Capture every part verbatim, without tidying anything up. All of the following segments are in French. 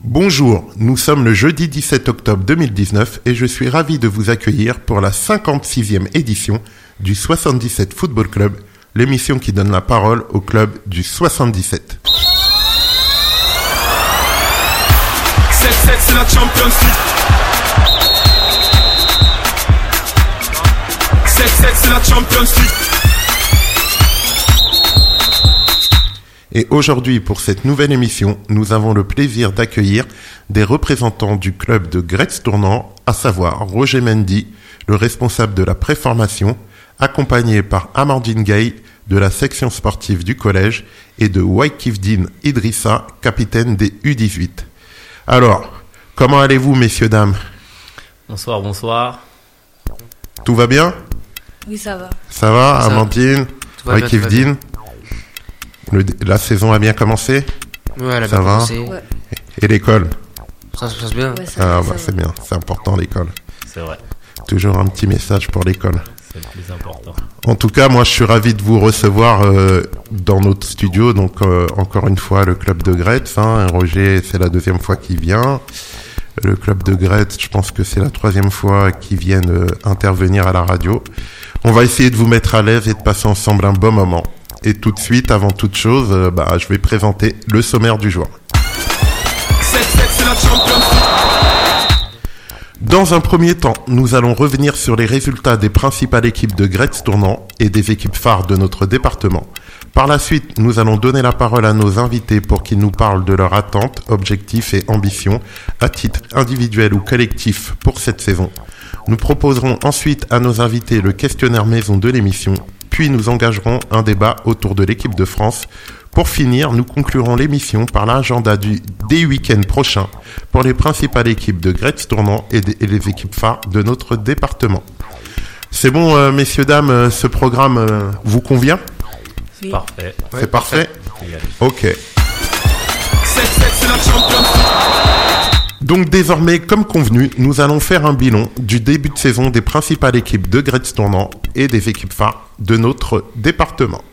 Bonjour, nous sommes le jeudi dix-sept octobre deux mille dix-neuf et je suis ravi de vous accueillir pour la cinquante-sixième édition du soixante-dix-sept Football Club, l'émission qui donne la parole au club du soixante-dix-sept. sept sept, c'est la Champions League. sept sept, c'est la Champions League. Et aujourd'hui, pour cette nouvelle émission, nous avons le plaisir d'accueillir des représentants du club de Gretz Tournant, à savoir Roger Mendy, le responsable de la préformation, accompagné par Amandine Gay de la section sportive du collège et de Waikifdine Idrissa, capitaine des U dix-huit. Alors, comment allez-vous, messieurs, dames ? Bonsoir, bonsoir. Tout va bien ? Oui, ça va. Ça va, Ça Amandine, Waikifdine ? Le, la saison a bien commencé ? Ouais, elle a Ça bien va commencé. Ouais. Et l'école ? Ça se passe bien. Ouais, ça Ah, va, bah, ça c'est va. bien, c'est important l'école. C'est vrai, Toujours un petit message pour l'école. c'est le plus important. En tout cas, moi, je suis ravi de vous recevoir euh, dans notre studio. Donc, euh, encore une fois, le club de Gretz. Hein, Roger, c'est la deuxième fois qu'il vient. Le club de Gretz, je pense que c'est la troisième fois qu'ils viennent euh, intervenir à la radio. On va essayer de vous mettre à l'aise et de passer ensemble un bon moment. Et tout de suite, avant toute chose, euh, bah, je vais présenter le sommaire du jour. sept sept, c'est la Champions League. Dans un premier temps, nous allons revenir sur les résultats des principales équipes de Gretz Tournant et des équipes phares de notre département. Par la suite, nous allons donner la parole à nos invités pour qu'ils nous parlent de leurs attentes, objectifs et ambitions à titre individuel ou collectif pour cette saison. Nous proposerons ensuite à nos invités le questionnaire maison de l'émission, puis nous engagerons un débat autour de l'équipe de France. Pour finir, nous conclurons l'émission par l'agenda du, des week-ends prochains pour les principales équipes de Gretz Tournant et, des, et les équipes phares de notre département. C'est bon, euh, messieurs, dames, euh, ce programme euh, vous convient ? Oui. Parfait. C'est parfait ? Égal. Ok. sept sept, c'est la Champions League. Donc désormais, comme convenu, nous allons faire un bilan du début de saison des principales équipes de Gretz Tournant et des équipes phares de notre département.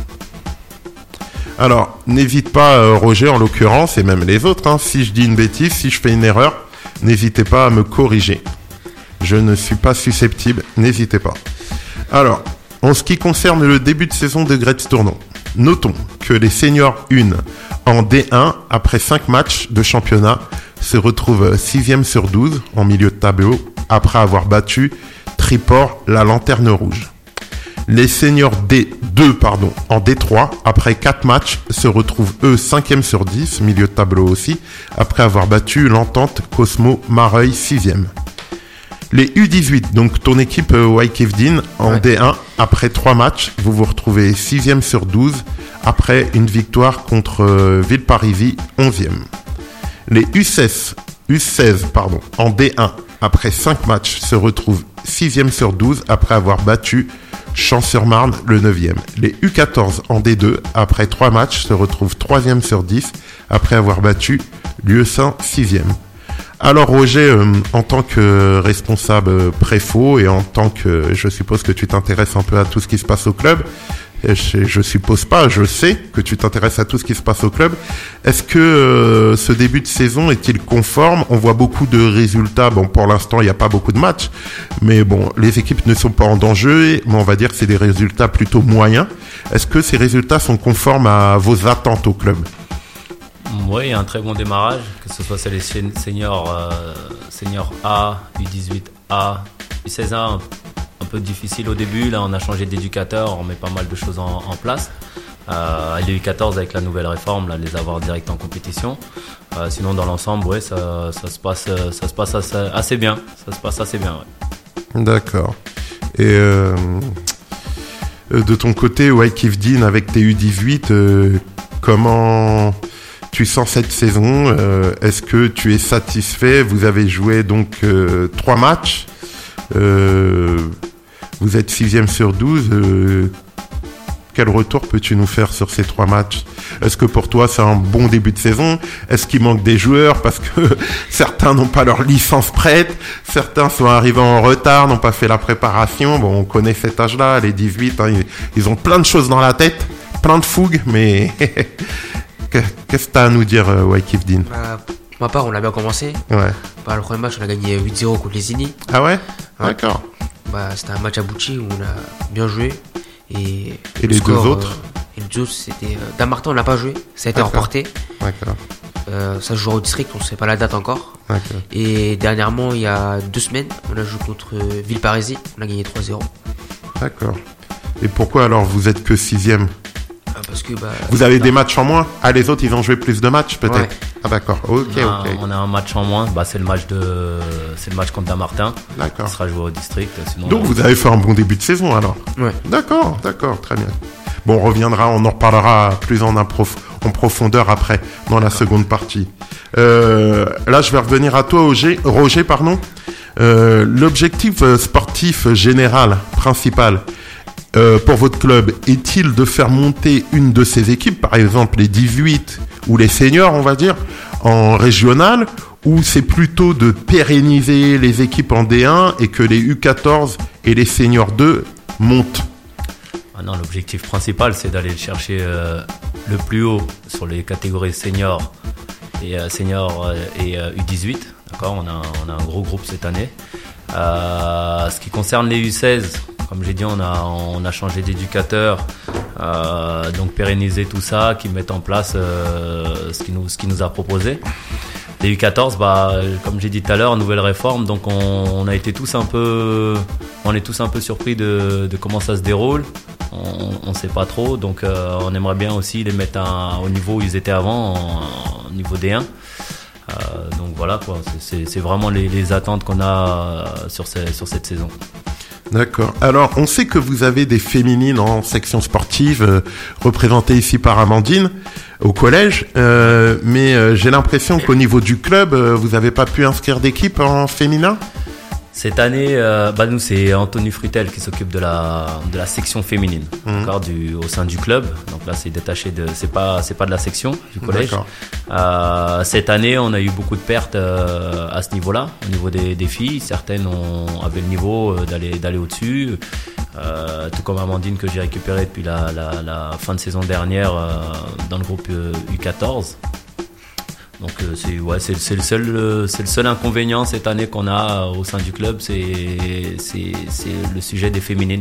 Alors, n'hésite pas, euh, Roger, en l'occurrence, et même les autres, hein, si je dis une bêtise, si je fais une erreur, n'hésitez pas à me corriger. Je ne suis pas susceptible, n'hésitez pas. Alors, en ce qui concerne le début de saison de Gretz Tournant, notons que les seniors un en D un, après cinq matchs de championnat, se retrouvent sixième sur douze en milieu de tableau, après avoir battu Triport, la Lanterne Rouge. Les seniors D deux, pardon, en D trois, après quatre matchs, se retrouvent eux cinquième sur dix, milieu de tableau aussi, après avoir battu l'Entente Cosmo Mareuil sixième. Les U dix-huit, donc ton équipe euh, Waikifdine, en Ouais. D un, après trois matchs, vous vous retrouvez sixième sur douze, après une victoire contre euh, Villeparisis, onzième. Les U seize, U seize pardon, en D un, après cinq matchs, se retrouvent sixième sur douze, après avoir battu Champs-sur-Marne, le neuvième. Les U quatorze en D deux, après trois matchs, se retrouvent troisième sur dix, après avoir battu Lieusaint, sixième. Alors Roger, euh, en tant que responsable préfo et en tant que, je suppose que tu t'intéresses un peu à tout ce qui se passe au club, et je, je suppose pas, je sais que tu t'intéresses à tout ce qui se passe au club. Est-ce que euh, ce début de saison est-il conforme ? On voit beaucoup de résultats. Bon, pour l'instant, il n'y a pas beaucoup de matchs, mais bon, les équipes ne sont pas en danger, mais on va dire que c'est des résultats plutôt moyens. Est-ce que ces résultats sont conformes à vos attentes au club ? Oui, il y a un très bon démarrage, que ce soit les seniors, euh, seniors A, U dix-huit A, U seize A, un, un peu difficile au début. Là, on a changé d'éducateur, on met pas mal de choses en, en place. Euh, les U quatorze, avec la nouvelle réforme, là, les avoir direct en compétition. Euh, sinon, dans l'ensemble, ouais, ça, ça se passe, ça se passe assez, assez bien. Ça se passe assez bien, ouais. D'accord. Et euh, de ton côté, Waikifdine, avec tes U dix-huit, euh, comment tu sens cette saison ? euh, Est-ce que tu es satisfait ? Vous avez joué donc euh, trois matchs. Euh, vous êtes sixième sur douze. Euh, quel retour peux-tu nous faire sur ces trois matchs ? Est-ce que pour toi c'est un bon début de saison ? Est-ce qu'il manque des joueurs parce que certains n'ont pas leur licence prête, certains sont arrivés en retard, n'ont pas fait la préparation. Bon, on connaît cet âge-là, les dix-huit, hein, ils, ils ont plein de choses dans la tête, plein de fougue, mais qu'est-ce que tu as à nous dire, euh, Waikifdine ? Bah, Pour ma part, on a bien commencé. Ouais. Bah, le premier match, on a gagné huit zéro contre les Zini. Ah ouais, Ouais. D'accord. Bah, c'était un match abouti où on a bien joué. Et, Et le les score, deux autres euh, Et les deux autres, c'était. Euh, Damartin, on n'a pas joué. Ça a été D'accord. reporté. D'accord. Euh, ça se jouera au district, on ne sait pas la date encore. D'accord. Et dernièrement, il y a deux semaines, on a joué contre euh, Villeparisis. On a gagné trois zéro. D'accord. Et pourquoi alors vous êtes que sixième? Ah, parce que. Bah, Vous avez des matchs en moins? Ah, les autres, ils ont joué plus de matchs, peut-être? Ouais. Ah, d'accord. Ok, on, a, ok. on a un match en moins. Bah, c'est le match de, c'est le match contre Damartin. Qui D'accord. sera joué au district. Sinon, Donc, vous avez fait un bon début de saison, alors? Ouais. D'accord, d'accord, très bien. Bon, on reviendra, on en reparlera plus en, improf- en profondeur après, dans la seconde partie. Euh, là, je vais revenir à toi, Roger. Roger pardon. Euh, l'objectif euh, sportif général, principal, euh, pour votre club, est-il de faire monter une de ces équipes, par exemple les dix-huit ou les seniors, on va dire, en régional, ou c'est plutôt de pérenniser les équipes en D un et que les U quatorze et les seniors deux montent? Ah non, l'objectif principal, c'est d'aller chercher euh, le plus haut sur les catégories seniors et euh, seniors euh, et euh, U dix-huit. D'accord, on a, on a un gros groupe cette année. Euh, ce qui concerne les U seize, comme j'ai dit, on a, on a changé d'éducateur, euh, donc pérenniser tout ça, qui mettent en place euh, ce qui nous, ce qui nous a proposé. Les U quatorze, bah, comme j'ai dit tout à l'heure, nouvelle réforme, donc on, on a été tous un peu, on est tous un peu surpris de, de comment ça se déroule. On ne sait pas trop, donc euh, on aimerait bien aussi les mettre à, au niveau où ils étaient avant, en, en niveau D un. Euh, donc voilà, quoi. C'est, c'est, c'est vraiment les, les attentes qu'on a euh, sur, ces, sur cette saison. D'accord. Alors, on sait que vous avez des féminines en section sportive, euh, représentées ici par Amandine, au collège, euh, mais euh, j'ai l'impression qu'au niveau du club, euh, vous n'avez pas pu inscrire d'équipe en féminin? Cette année, euh, bah nous c'est Anthony Frutel qui s'occupe de la de la section féminine, Mmh. d'accord, du au sein du club. Donc là c'est détaché de, c'est pas c'est pas de la section du collège. D'accord. Euh, cette année, on a eu beaucoup de pertes euh, à ce niveau-là, au niveau des, des filles. Certaines ont avaient le niveau euh, d'aller d'aller au-dessus, euh, tout comme Amandine que j'ai récupéré depuis la, la la fin de saison dernière euh, dans le groupe euh, U quatorze. Donc euh, c'est ouais c'est c'est le seul euh, c'est le seul inconvénient cette année qu'on a euh, au sein du club, c'est c'est c'est le sujet des féminines,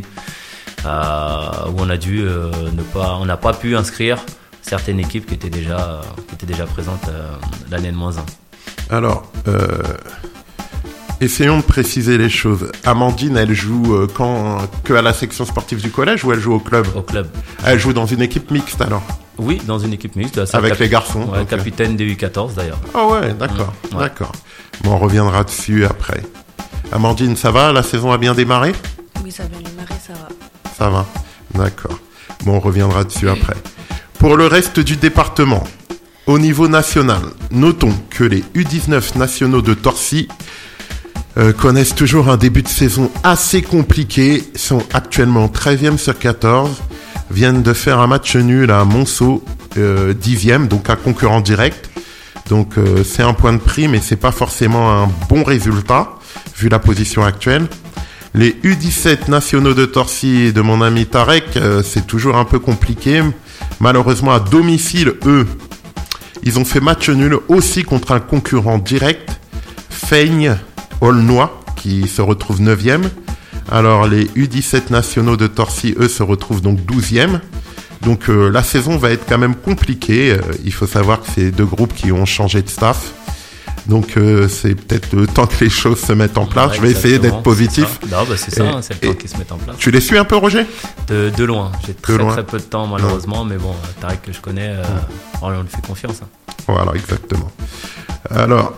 euh, où on a dû euh, ne pas on n'a pas pu inscrire certaines équipes qui étaient déjà euh, qui étaient déjà présentes euh, l'année de moins un. Alors, euh, essayons de préciser les choses. Amandine, elle joue euh, quand que à la section sportive du collège ou elle joue au club? Au club. Elle joue dans une équipe mixte alors? Oui, dans une équipe mixte. C'est Avec cap- les garçons, Ouais, ok. capitaine des U quatorze d'ailleurs. Ah ouais, d'accord, Mmh, ouais. d'accord. Bon, on reviendra dessus après. Amandine, ça va? La saison a bien démarré? Oui, ça vient de démarrer, ça va. Ça va, d'accord. Bon, on reviendra dessus après. Pour le reste du département, au niveau national, notons que les U dix-neuf nationaux de Torcy euh, connaissent toujours un début de saison assez compliqué, sont actuellement treizième sur quatorze, viennent de faire un match nul à Monceau, euh, dixième, donc un concurrent direct. Donc euh, c'est un point de prix, mais c'est pas forcément un bon résultat, vu la position actuelle. Les U dix-sept nationaux de Torcy de mon ami Tarek, euh, c'est toujours un peu compliqué. Malheureusement, à domicile, eux, ils ont fait match nul aussi contre un concurrent direct, Feigne Aulnois, qui se retrouve neuvième. Alors, les U dix-sept nationaux de Torcy, eux, se retrouvent donc douzième. Donc, euh, la saison va être quand même compliquée. Euh, il faut savoir que c'est deux groupes qui ont changé de staff. Donc, euh, c'est peut-être le temps que les choses se mettent en place. Ouais, Je vais essayer exactement, d'être positif. c'est ça. Non, bah c'est ça, Et- hein, c'est le temps et- qu'ils se mettent en place. Tu les suis un peu, Roger? De, de loin, j'ai très loin. très peu de temps malheureusement, mais bon, Tarek que je connais, euh, on lui fait confiance. Hein. Voilà, exactement. Alors,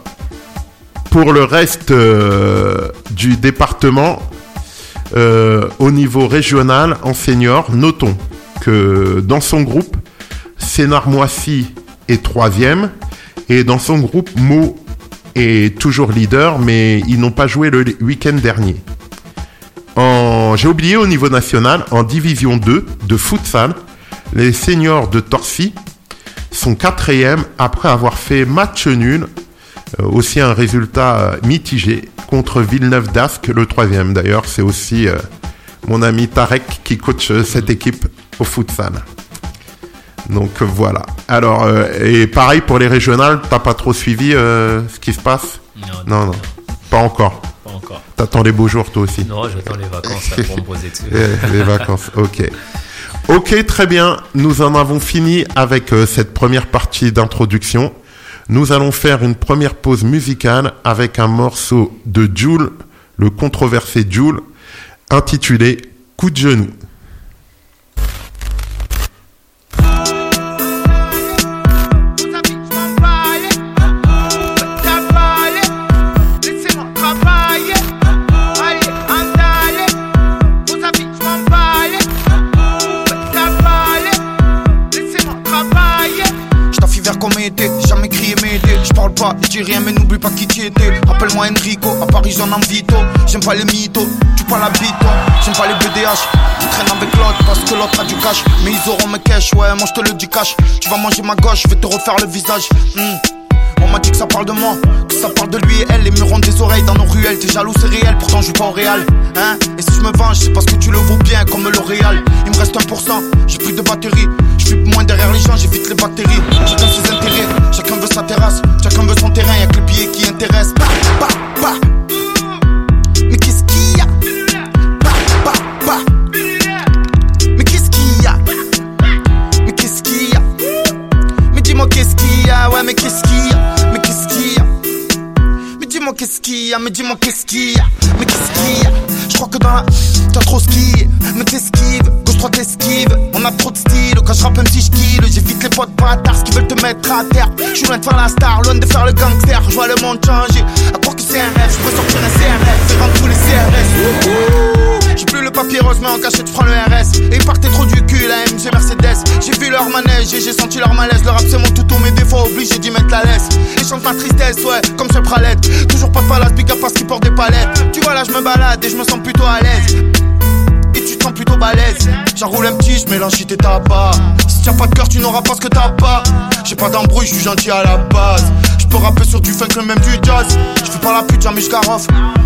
pour le reste euh, du département, euh, au niveau régional, en senior, notons que dans son groupe, Sénart-Moissy est troisième, et dans son groupe, Meaux est toujours leader, mais ils n'ont pas joué le week-end dernier. En, j'ai oublié au niveau national, en division deux de futsal, les seniors de Torcy sont quatrième après avoir fait match nul, euh, aussi un résultat euh, mitigé contre Villeneuve d'Ascq, le troisième. D'ailleurs, c'est aussi euh, mon ami Tarek qui coach euh, cette équipe au futsal. Donc euh, voilà. Alors, euh, et pareil pour les régionales, t'as pas trop suivi euh, ce qui se passe? Non, non, non, pas encore. Pas encore. T'attends les beaux jours toi aussi? Non, j'attends les vacances là, pour me poser dessus. Les vacances, ok. Ok, très bien. Nous en avons fini avec euh, cette première partie d'introduction. Nous allons faire une première pause musicale avec un morceau de Jul, le controversé Jul, intitulé Coup de genou. Jamais crié m'aider, je parle pas, je dis rien mais n'oublie pas qui tu étais. Rappelle-moi Enrico, à Paris j'en en vito. J'aime pas les mythos, tu parles la bite toi. J'aime pas les B D H, tu traînes avec l'autre parce que l'autre a du cash. Mais ils auront mes cash, ouais moi je te le dis cash. Tu vas manger ma gauche, je vais te refaire le visage. mm. On m'a dit que ça parle de moi, que ça parle de lui et elle. Les murs ont des oreilles dans nos ruelles, t'es jaloux c'est réel, pourtant je joue pas au Real hein. Et si je me venge, c'est parce que tu le vaux bien comme L'Oréal. Il me reste un pour cent, j'ai plus de batterie. Je suis moins derrière les gens, j'évite les bactéries. Chacun ses intérêts, chacun veut sa terrasse. Chacun veut son terrain, y'a que le billet qui intéresse. Bah, bah, bah. Mais qu'est-ce qu'il y a? Bah, bah, bah. Mais qu'est-ce qu'il y a? Mais qu'est-ce qu'il y a? Mais dis-moi qu'est-ce qu'il y a? Ouais mais qu'est-ce qu'il y a? Mais qu'est-ce qu'il y a? Mais dis-moi qu'est-ce qu'il y a? Mais dis-moi qu'est-ce qu'il y a? Mais qu'est-ce qu'il y a? Je crois que dans la... T'as trop skié, mais t'esquives. Gauche droite esquive, on a trop de style. Quand je rappe même si je kill, j'évite les potes bâtards qui veulent te mettre à terre. Je suis loin de faire la star, loin de faire le gangster. Je vois le monde changer, à croire que c'est un rêve. Je peux sortir un C R S, faire rendre tous les C R S. Ouhou. J'ai plus le papier rose, mais en cachette je prends le R S. Et ils partaient trop du cul, la M G Mercedes. J'ai vu leur manège et j'ai senti leur malaise. Le rap c'est mon toutou, mais des fois obligé d'y mettre la laisse. Et chante ma tristesse, ouais, comme seul pralette. Toujours pas de palace, big up parce qu'ils portent des palettes. Tu vois là je me balade et je me sens plutôt à l'aise. Et tu te sens plutôt balèze. J'enroule un petit, je mélange shit et tabac. Si t'as pas de cœur, tu n'auras pas ce que t'as pas. J'ai pas d'embrouille, je suis gentil à la base. Je peux rapper sur du funk, le même du jazz. Je fais pas la pute, jamais je caroffe.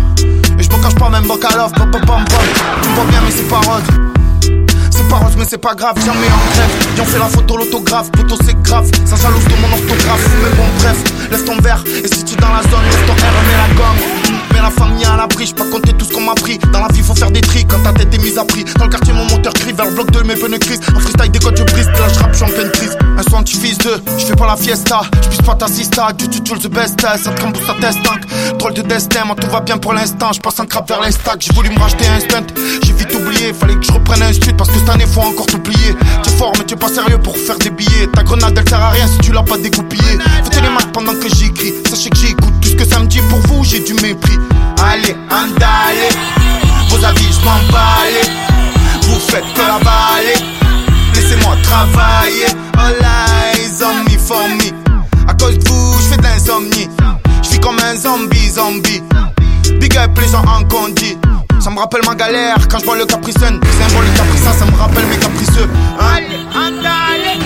Et je me cache pas, même banque à l'offre. Pop, pop, pop, pop. Tu me vois bien, mais c'est pas rose. C'est pas rose, mais c'est pas grave, jamais en grève. Ils ont fait la photo, l'autographe, photo c'est grave. Ça jalouse de mon orthographe, mais bon, bref. Lève ton verre, et si tu es dans la zone, lève ton R, mets la gomme. Mets la famille à l'abri, j'peux pas compter tout ce qu'on m'a pris. Dans la vie, faut faire des tris quand ta tête est mise à prix. Dans le quartier, mon moteur crie vers le bloc de mes pneus crise. En freestyle, des codes, je brise, là je rappe, j'suis en pleine crise. Un soin anti-fils de, j'fais pas la fiesta. J'pisse pas ta sista, tu tu tu the best. Ça te boost ta test tank. Drôle de destin, moi tout va bien pour l'instant. J'passe un crap vers les stacks, j'ai voulu me racheter un stunt. J'ai vite oublié, fallait que je reprenne un stud parce que cette année faut encore t'oublier. T'es fort mais t'es pas sérieux pour faire des billets. Ta grenade elle sert à rien si tu l'as pas dégoupillée. Faites les maths pendant que j'écris. Sachez que j'écoute tout ce que ça me dit, pour vous j'ai du mépris. Allez, andale, vos avis je m'en bats. Vous faites que la vallée, laissez-moi travailler. All eyes on me for me. À cause de vous je fais de l'insomnie. Je vis comme un zombie, zombie. Big up les gens en condi. Ça me rappelle ma galère quand je vois le Capricène. C'est un bon le Capricène, ça me rappelle mes capricieux hein? Allez, andale,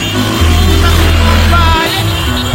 travailler,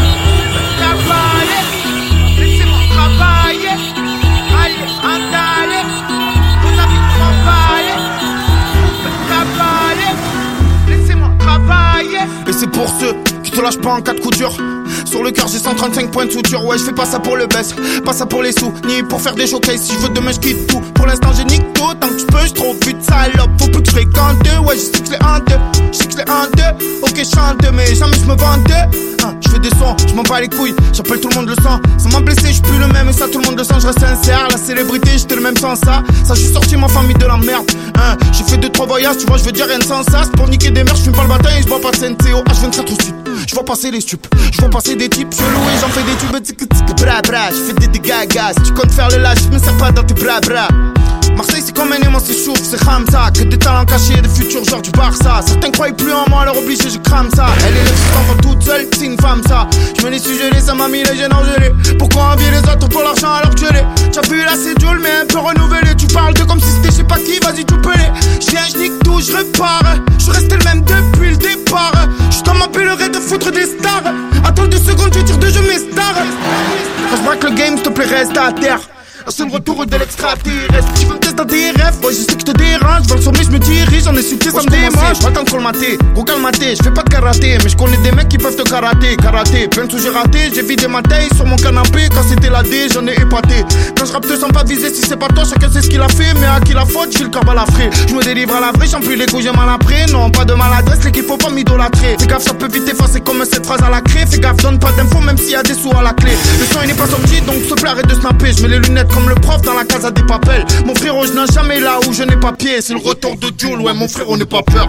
travailler, laissez-moi travailler. Allez, andale, vos amis travailler, travailler, laissez-moi travailler. Et c'est pour ceux qui te lâchent pas en cas de coup dur. Sur le cœur j'ai cent trente-cinq points de suture. Ouais je fais pas ça pour le baisse, pas ça pour les sous, ni pour faire des showcases. Si je veux demain je quitte tout. Pour l'instant j'ai nique tout. Tant que tu peux je trouve vite salope. Faut plus que je fréquente. Ouais je sais que je l'ai en deux. Je sais que je l'ai en deux. Ok je chante mais jamais je me vante hein, je fais des sons, je m'en bats les couilles. J'appelle tout le monde le sang. Ça m'a blessé, je suis plus le même et ça tout le monde le sent. Je reste sincère, la célébrité j'étais le même sans ça. Ça j'ai sorti ma famille de la merde hein. J'ai fait deux trois voyages, tu vois je veux dire rien de sans ça. C'est pour niquer des mères, je fume pas le matin et je bois pas de Senseo. H vingt-quatre au sud. Je vois passer les stupes, je vois passer des types chelous et j'en fais des tubes tic tic bra bra. Je fais des dégâts gaz, tu comptes faire le lâche, je me sers pas dans tes bras bras. Marseille c'est comme un aimant, c'est chouf, c'est Hamza. Que des talents cachés, des futurs genre du Barça. Certains croient plus en moi, alors obligé je crame ça. Elle est les enfants toute seule, c'est une femme ça. Je me les suis gelés, ça m'a mis les gènes en gelé. Pourquoi envier les autres pour l'argent alors que je l'ai? T'as vu là c'est Joule mais un peu renouvelé. Tu parles de comme si c'était je sais pas qui, vas-y tu peux les. J'viens, j'nique tout, j'repars. J'suis resté le même depuis le départ. J'suis comme m'appellerais de foutre des stars. Attends deux secondes, je tire de jeu mes stars. Quand j'braque le game, s'il te plaît reste à terre. C'est le retour de l'extraterrestre. Tu veux me pièces dans tes rêves. Ouais, je sais que je te dérange. Vers le sommet, je me dirige. J'en ai su que ça me démange. Pas tant de colmater, gros calmaté. Je fais pas de karaté, mais je connais des mecs qui peuvent te karaté. Karaté, plein de sous j'ai raté. J'ai vidé ma taille sur mon canapé. Quand c'était la D, j'en ai épaté. Quand je rappe, te sens pas visé. Si c'est pas toi, chacun sait ce qu'il a fait. Mais à qui la faute, je suis le câble à la frais. Je me délivre à la vraie, j'en plus les coups, j'ai mal après. Non, pas de maladresse, l'équipe faut pas m'idolâtrer. Fais gaffe, ça peut vite effacer comme cette phrase à la craie. Fais gaffe, donne pas d'infos, même s'il y a des sous à la clé. Le son il n'est pas sorti, donc s'il te plaît, arrête de snapper. Je mets les lunettes comme le prof dans la case à des papels. Mon frérot, je n'ai jamais là où je n'ai pas pied. C'est le retour de Jules, ouais, mon frérot, n'aie pas peur.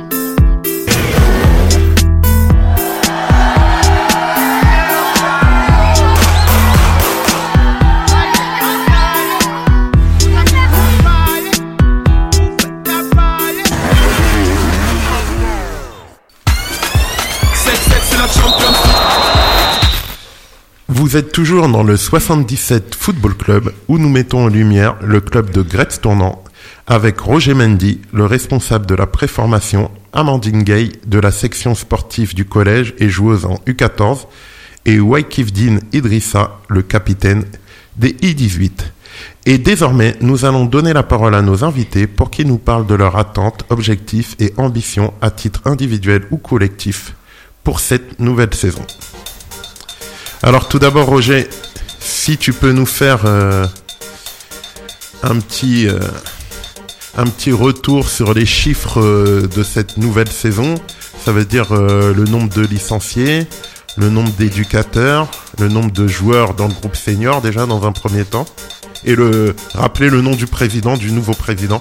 Vous êtes toujours dans le soixante-dix-sept Football Club où nous mettons en lumière le club de Gretz Tournant avec Roger Mendy, le responsable de la préformation, Amandine Gay de la section sportive du collège et joueuse en U quatorze et Waikifdine Idrissa, le capitaine des I dix-huit. Et désormais, nous allons donner la parole à nos invités pour qu'ils nous parlent de leurs attentes, objectifs et ambitions à titre individuel ou collectif pour cette nouvelle saison. Alors tout d'abord Roger, si tu peux nous faire euh, un petit euh, un petit retour sur les chiffres euh, de cette nouvelle saison, ça veut dire euh, le nombre de licenciés, le nombre d'éducateurs, le nombre de joueurs dans le groupe senior déjà dans un premier temps, et le rappeler le nom du président, du nouveau président.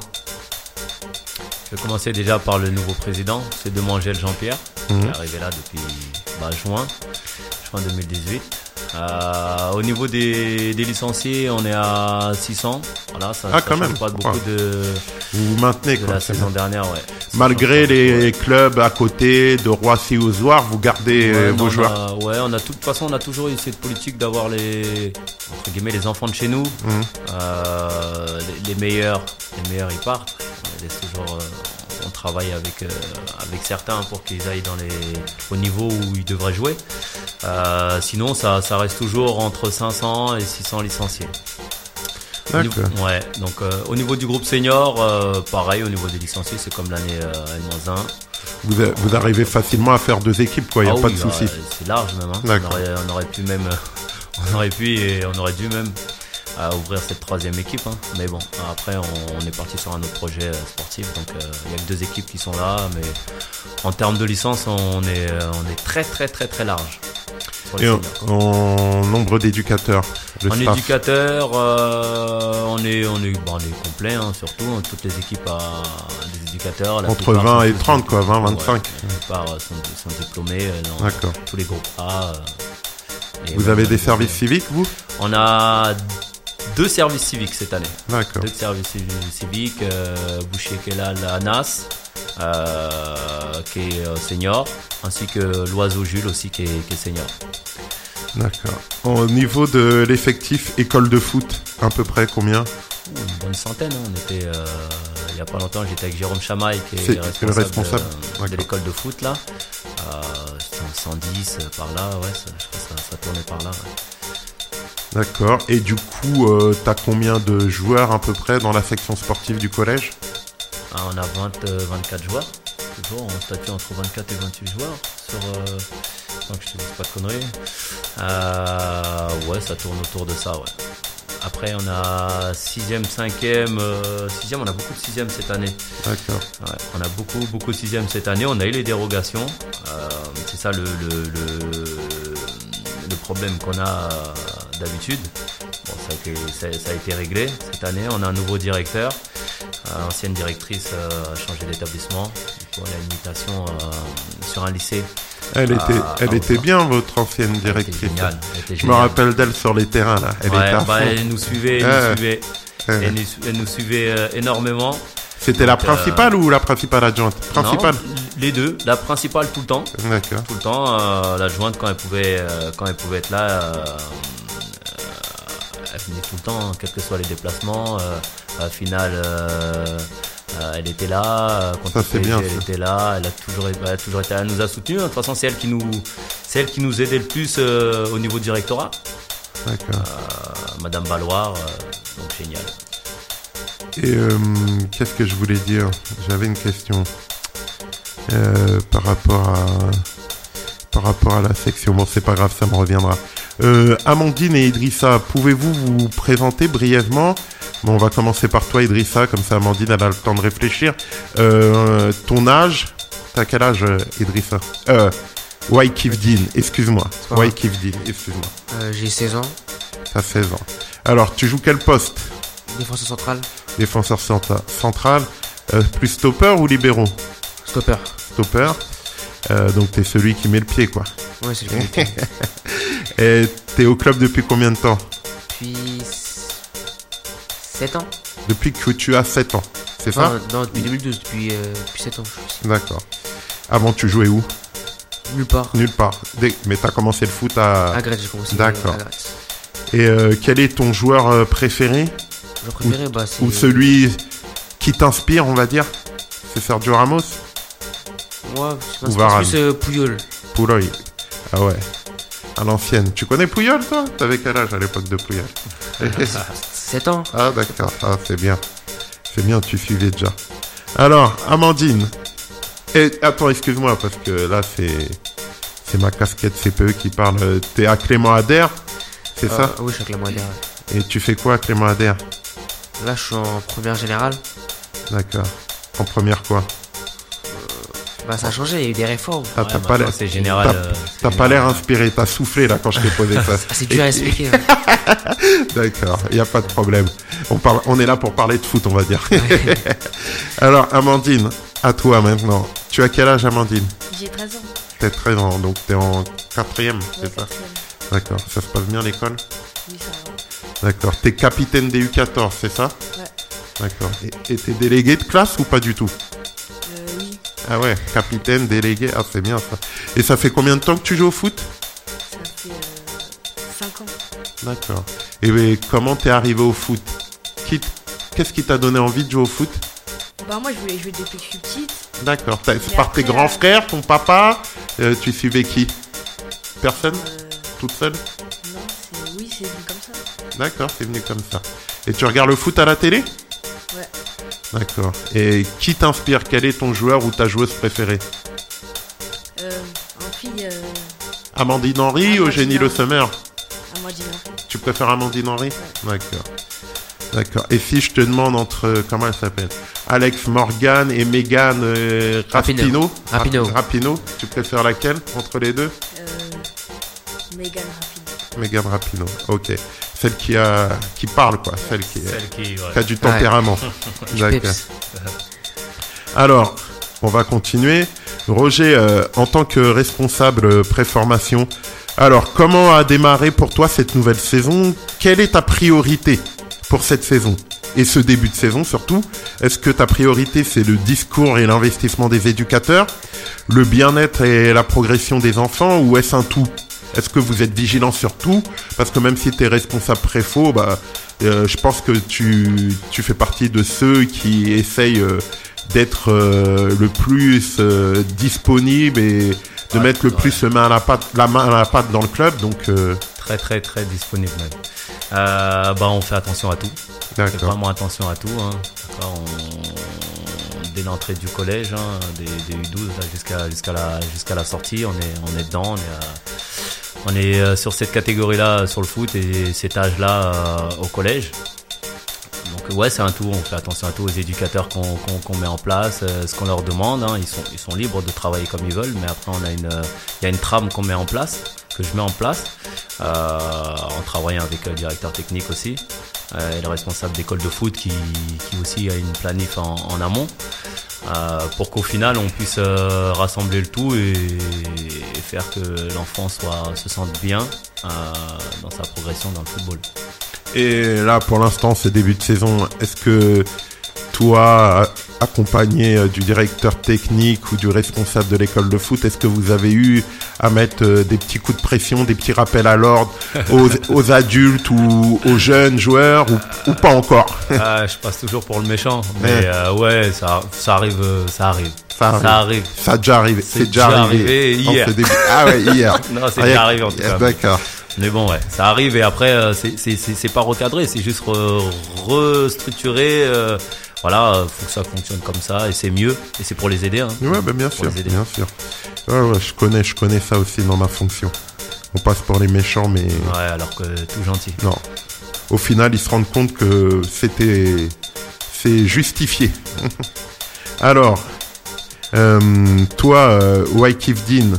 Je vais commencer déjà par le nouveau président, c'est Demangel Jean-Pierre, mmh. qui est arrivé là depuis bah, juin. juin deux mille dix-huit. Euh, au niveau des, des licenciés, on est à six cents. Voilà, ça, ah, ça quand même. Pas beaucoup ouais. de. Vous vous maintenez de quoi, la saison bien. dernière, ouais. Malgré les clubs à côté de Roissy-aux-Oires, vous gardez ouais, vos non, joueurs. On a, ouais, on a de toute façon, on a toujours eu cette politique d'avoir les entre guillemets les enfants de chez nous. Mmh. Euh, les, les meilleurs, les meilleurs ils partent. On laisse toujours. Euh, On travaille avec, euh, avec certains pour qu'ils aillent dans les, au niveau où ils devraient jouer. Euh, sinon, ça, ça reste toujours entre cinq cents et six cents licenciés. Au niveau, ouais, donc euh, au niveau du groupe senior, euh, pareil, au niveau des licenciés, c'est comme l'année euh, N moins un. Vous, a, vous arrivez facilement à faire deux équipes, quoi, il n'y a ah pas oui, de souci. C'est large même. Hein. On, aurait, on aurait pu même, on aurait pu et on aurait dû même. À ouvrir cette troisième équipe, hein. Mais bon, après on, on est parti sur un autre projet euh, sportif, donc il euh, n'y a que deux équipes qui sont là, mais en termes de licence, on est, euh, on est très très très très large. Et en, en nombre d'éducateurs, en éducateurs, euh, on est on est bon, on est complet, hein, surtout hein, toutes les équipes à des éducateurs. La entre vingt et trente, quoi, vingt, vingt-cinq. Ouais, la plupart sont, sont diplômés dans D'accord. tous les groupes A. Euh, vous avez des services civiques, vous ? On a deux services civiques cette année. D'accord. Deux services civiques, euh, Boucher Kelal à Nas, euh, qui est euh, senior, ainsi que l'Oiseau Jules aussi qui est, qui est senior. D'accord. Au niveau de l'effectif école de foot, à peu près combien ? Une bonne centaine. Hein. On était, euh, il n'y a pas longtemps, j'étais avec Jérôme Chamaille, qui est, C'est responsable, le responsable de, de l'école de foot là. Euh, cent dix par là, ouais, ça, je crois que ça, ça tournait par là. Ouais. D'accord. Et du coup, euh, t'as combien de joueurs à peu près dans la section sportive du collège ? ah, On a vingt, euh, vingt-quatre joueurs. Toujours, on statue entre vingt-quatre et vingt-huit joueurs. Sur, euh, donc je te dis pas de conneries. Euh, ouais, ça tourne autour de ça, ouais. Après, on a sixième, cinquième. Euh, sixième, on a beaucoup de sixième cette année. D'accord. Ouais, on a beaucoup, beaucoup de sixième cette année. On a eu les dérogations. Euh, c'est ça le, le, le, le problème qu'on a euh, d'habitude. Bon, ça a, été, ça, ça a été réglé. Cette année, on a un nouveau directeur. Euh, l'ancienne directrice euh, a changé d'établissement. Du coup, on a une mutation euh, sur un lycée. Elle était, à, elle à était bien, votre ancienne directrice. Elle était géniale, elle était Je géniale. me rappelle d'elle sur les terrains, là. Elle, ouais, était à bah, fond. elle nous suivait, elle, euh, nous, suivait euh. elle, nous, elle nous suivait euh, énormément. C'était Donc, la principale euh, ou la principale adjointe ? Principale. Non, les deux. La principale tout le temps. D'accord. Tout le temps. Euh, l'adjointe, quand elle pouvait, euh, quand elle pouvait être là, euh, euh, elle venait tout le temps, hein, quels que soient les déplacements. Euh, à la finale, euh, euh, elle était là. Quand Ça c'est bien. Elle ça. était là. Elle a toujours, elle a toujours été. Elle nous a soutenus. De toute façon, c'est elle qui nous, c'est elle qui nous aidait le plus euh, au niveau du rectorat. D'accord. Euh, Madame Balloire, euh, donc génial. Et euh, qu'est-ce que je voulais dire? J'avais une question euh, par rapport à par rapport à la section. Bon, c'est pas grave, ça me reviendra. Euh, Amandine et Idrissa, pouvez-vous vous présenter brièvement? Bon, on va commencer par toi, Idrissa, comme ça Amandine elle a le temps de réfléchir. Euh, ton âge? T'as quel âge, Idrissa? Euh, Waikivdin, excuse-moi. Waikivdin, excuse-moi. Euh, j'ai seize ans. T'as seize ans. Alors, tu joues quel poste? Défenseur central. Défenseur centra- central. Euh, plus stopper ou libéraux? Stopper. Stopper. Euh, donc, t'es celui qui met le pied, quoi. Ouais, c'est le pied. Et t'es au club depuis combien de temps? Depuis sept ans. Depuis que tu as sept ans, c'est Enfin, ça? non, depuis deux mille douze, depuis, euh, depuis sept ans, je suis ici. D'accord. Avant, tu jouais où? Nulle part. Nulle part. Dès- Mais t'as commencé le foot à... À Gretz, j'ai commencé. D'accord. À Gretz. Et euh, quel est ton joueur euh, préféré? Mon préféré, bah, c'est. Ou celui qui t'inspire, on va dire? C'est Sergio Ramos? Moi, je Ou pense Varane. plus euh, Puyol. Puyol. Ah ouais. À l'ancienne. Tu connais Puyol, toi? T'avais quel âge à l'époque de Puyol? sept ans. Ah d'accord, ah, c'est bien. C'est bien, tu suivais déjà. Alors, Amandine. Et, attends, excuse-moi, parce que là, c'est c'est ma casquette C P E qui parle. Euh, T'es à Clément Ader, c'est Euh, ça? Oui, je suis avec la moitié. Et tu fais quoi à Clément Ader? Là, je suis en première générale. D'accord. En première quoi? Bah, ça a changé, il y a eu des réformes. Ah, Ouais, t'as bah, pas l'air... c'est général. T'as, euh, c'est t'as pas l'air général. inspiré, t'as soufflé là quand je t'ai posé ça. Ah, c'est dur à expliquer. hein. D'accord, il n'y a pas de problème. On, parle, on est là pour parler de foot, on va dire. Alors, Amandine, à toi maintenant. Tu as quel âge, Amandine? J'ai treize ans. T'as treize ans, donc t'es en quatrième, Ouais, c'est ça? quatrième. D'accord, ça se passe bien l'école? Oui, ça va. D'accord, t'es capitaine des U quatorze, c'est ça? Ouais. D'accord, et, et t'es délégué de classe ou pas du tout? Euh, oui, Ah ouais, capitaine, délégué, ah c'est bien ça. Et ça fait combien de temps que tu joues au foot? ça fait euh, cinq ans. D'accord. Et mais, comment t'es arrivé au foot? Qui t- Qu'est-ce qui t'a donné envie de jouer au foot? Bah, moi, je voulais jouer depuis que je suis petite. D'accord, T'as- c'est Et par tes après, grands euh, frères, ton papa? Euh, tu suivais qui? Personne? Euh, Toute seule? non, c'est... Oui, c'est venu comme ça. D'accord, c'est venu comme ça. Et tu regardes le foot à la télé? Ouais. D'accord. Et qui t'inspire? Quel est ton joueur ou ta joueuse préférée? Euh, en fille, euh, Amandine Henry, Amandine Eugénie Le Henry. Sommer? à moi, j'ai Tu préfères Amandine Henry? D'accord. D'accord. Et si je te demande entre, euh, comment elle s'appelle? Alex Morgan et Megan euh, Rapinoe? Rapinoe. Rap- Rapinoe. Tu préfères laquelle entre les deux? Euh, Megan Rapide. Megan Rapinoe. Ok. Celle qui a, qui parle quoi. Celle qui, Celle qui, ouais. qui a du tempérament. D'accord. Peps. Alors, on va continuer. Roger, euh, en tant que responsable euh, préformation, alors comment a démarré pour toi cette nouvelle saison? Quelle est ta priorité pour cette saison? Et ce début de saison surtout, est-ce que ta priorité c'est le discours et l'investissement des éducateurs, le bien-être et la progression des enfants, ou est-ce un tout? Est-ce que vous êtes vigilant sur tout? Parce que même si tu es responsable préfo, bah, euh, je pense que tu, tu fais partie de ceux qui essayent euh, d'être euh, le plus euh, disponible et de Ouais, mettre le ouais. plus la main à la pâte, la main à la pâte dans le club. Donc, euh, Très très très disponible même. Euh, bah on fait attention à tout. On fait d'accord. vraiment attention à tout. Hein. D'accord, on- Dès l'entrée du collège, hein, des, des U douze là, jusqu'à jusqu'à la jusqu'à la sortie, on est on est dedans. On est euh, on est euh, sur cette catégorie-là sur le foot et cet âge-là euh, au collège. Donc ouais, c'est un tout. On fait attention à tout, aux éducateurs qu'on qu'on, qu'on met en place, euh, ce qu'on leur demande. Hein. Ils sont ils sont libres de travailler comme ils veulent, mais après on a une euh, il y a une trame qu'on met en place, que je mets en place, euh, en travaillant avec le directeur technique aussi, euh, et le responsable d'école de foot qui qui aussi a une planif en, en amont, euh, pour qu'au final on puisse euh, rassembler le tout et, et faire que l'enfant soit se sente bien euh, dans sa progression dans le football. Et là, pour l'instant, ce début de saison, est-ce que toi, accompagné euh, du directeur technique ou du responsable de l'école de foot, est-ce que vous avez eu à mettre euh, des petits coups de pression, des petits rappels à l'ordre aux, aux adultes ou aux jeunes joueurs, ou, ou pas encore? Ah, je passe toujours pour le méchant, mais Ouais. euh, ouais, ça, ça arrive, euh, ça arrive, Ça arrive. ça arrive. Ça a déjà arrivé. C'est déjà arrivé en hier. ce début. Ah ouais, hier. Non, c'est Ah, déjà y a- arrivé en tout cas. D'accord. Mais bon, ouais, ça arrive et après, euh, c'est, c'est, c'est, c'est pas recadré, c'est juste re- restructuré. Euh, voilà, euh, faut que ça fonctionne comme ça et c'est mieux et c'est pour les aider. Hein, Ouais, bah bien pour sûr, les aider. bien sûr. Ouais, ouais, je connais, je connais ça aussi dans ma fonction. On passe pour les méchants, mais Ouais, alors que tout gentil. non. Au final, ils se rendent compte que c'était, c'est justifié. Alors, euh, toi, euh, Waikifdin,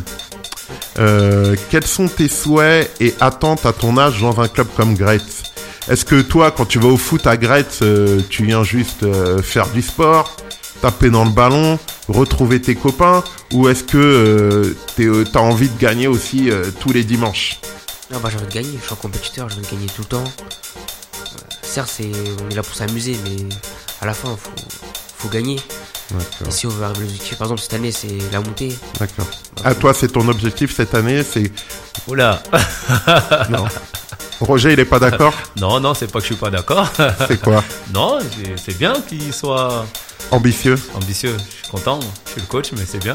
euh, quels sont tes souhaits et attentes à ton âge dans un club comme Gretz? Est-ce que toi, quand tu vas au foot à Gretz, euh, tu viens juste euh, faire du sport, taper dans le ballon, retrouver tes copains, ou est-ce que euh, t'es, euh, t'as envie de gagner aussi euh, tous les dimanches? Non, bah j'ai envie de gagner, je suis un compétiteur, j'ai envie de gagner tout le temps. Euh, certes, c'est, on est là pour s'amuser, mais à la fin, faut, faut gagner. D'accord. Et si on veut arriver aux objectifs, par exemple, cette année, c'est la montée. D'accord. Bah, À faut- toi, c'est ton objectif cette année, c'est... Oula. Non. Roger, il est pas d'accord? Non, non, c'est pas que je suis pas d'accord. C'est quoi? Non, c'est, c'est bien qu'il soit Ambitieux? ambitieux. Je suis content. Je suis le coach, mais c'est bien.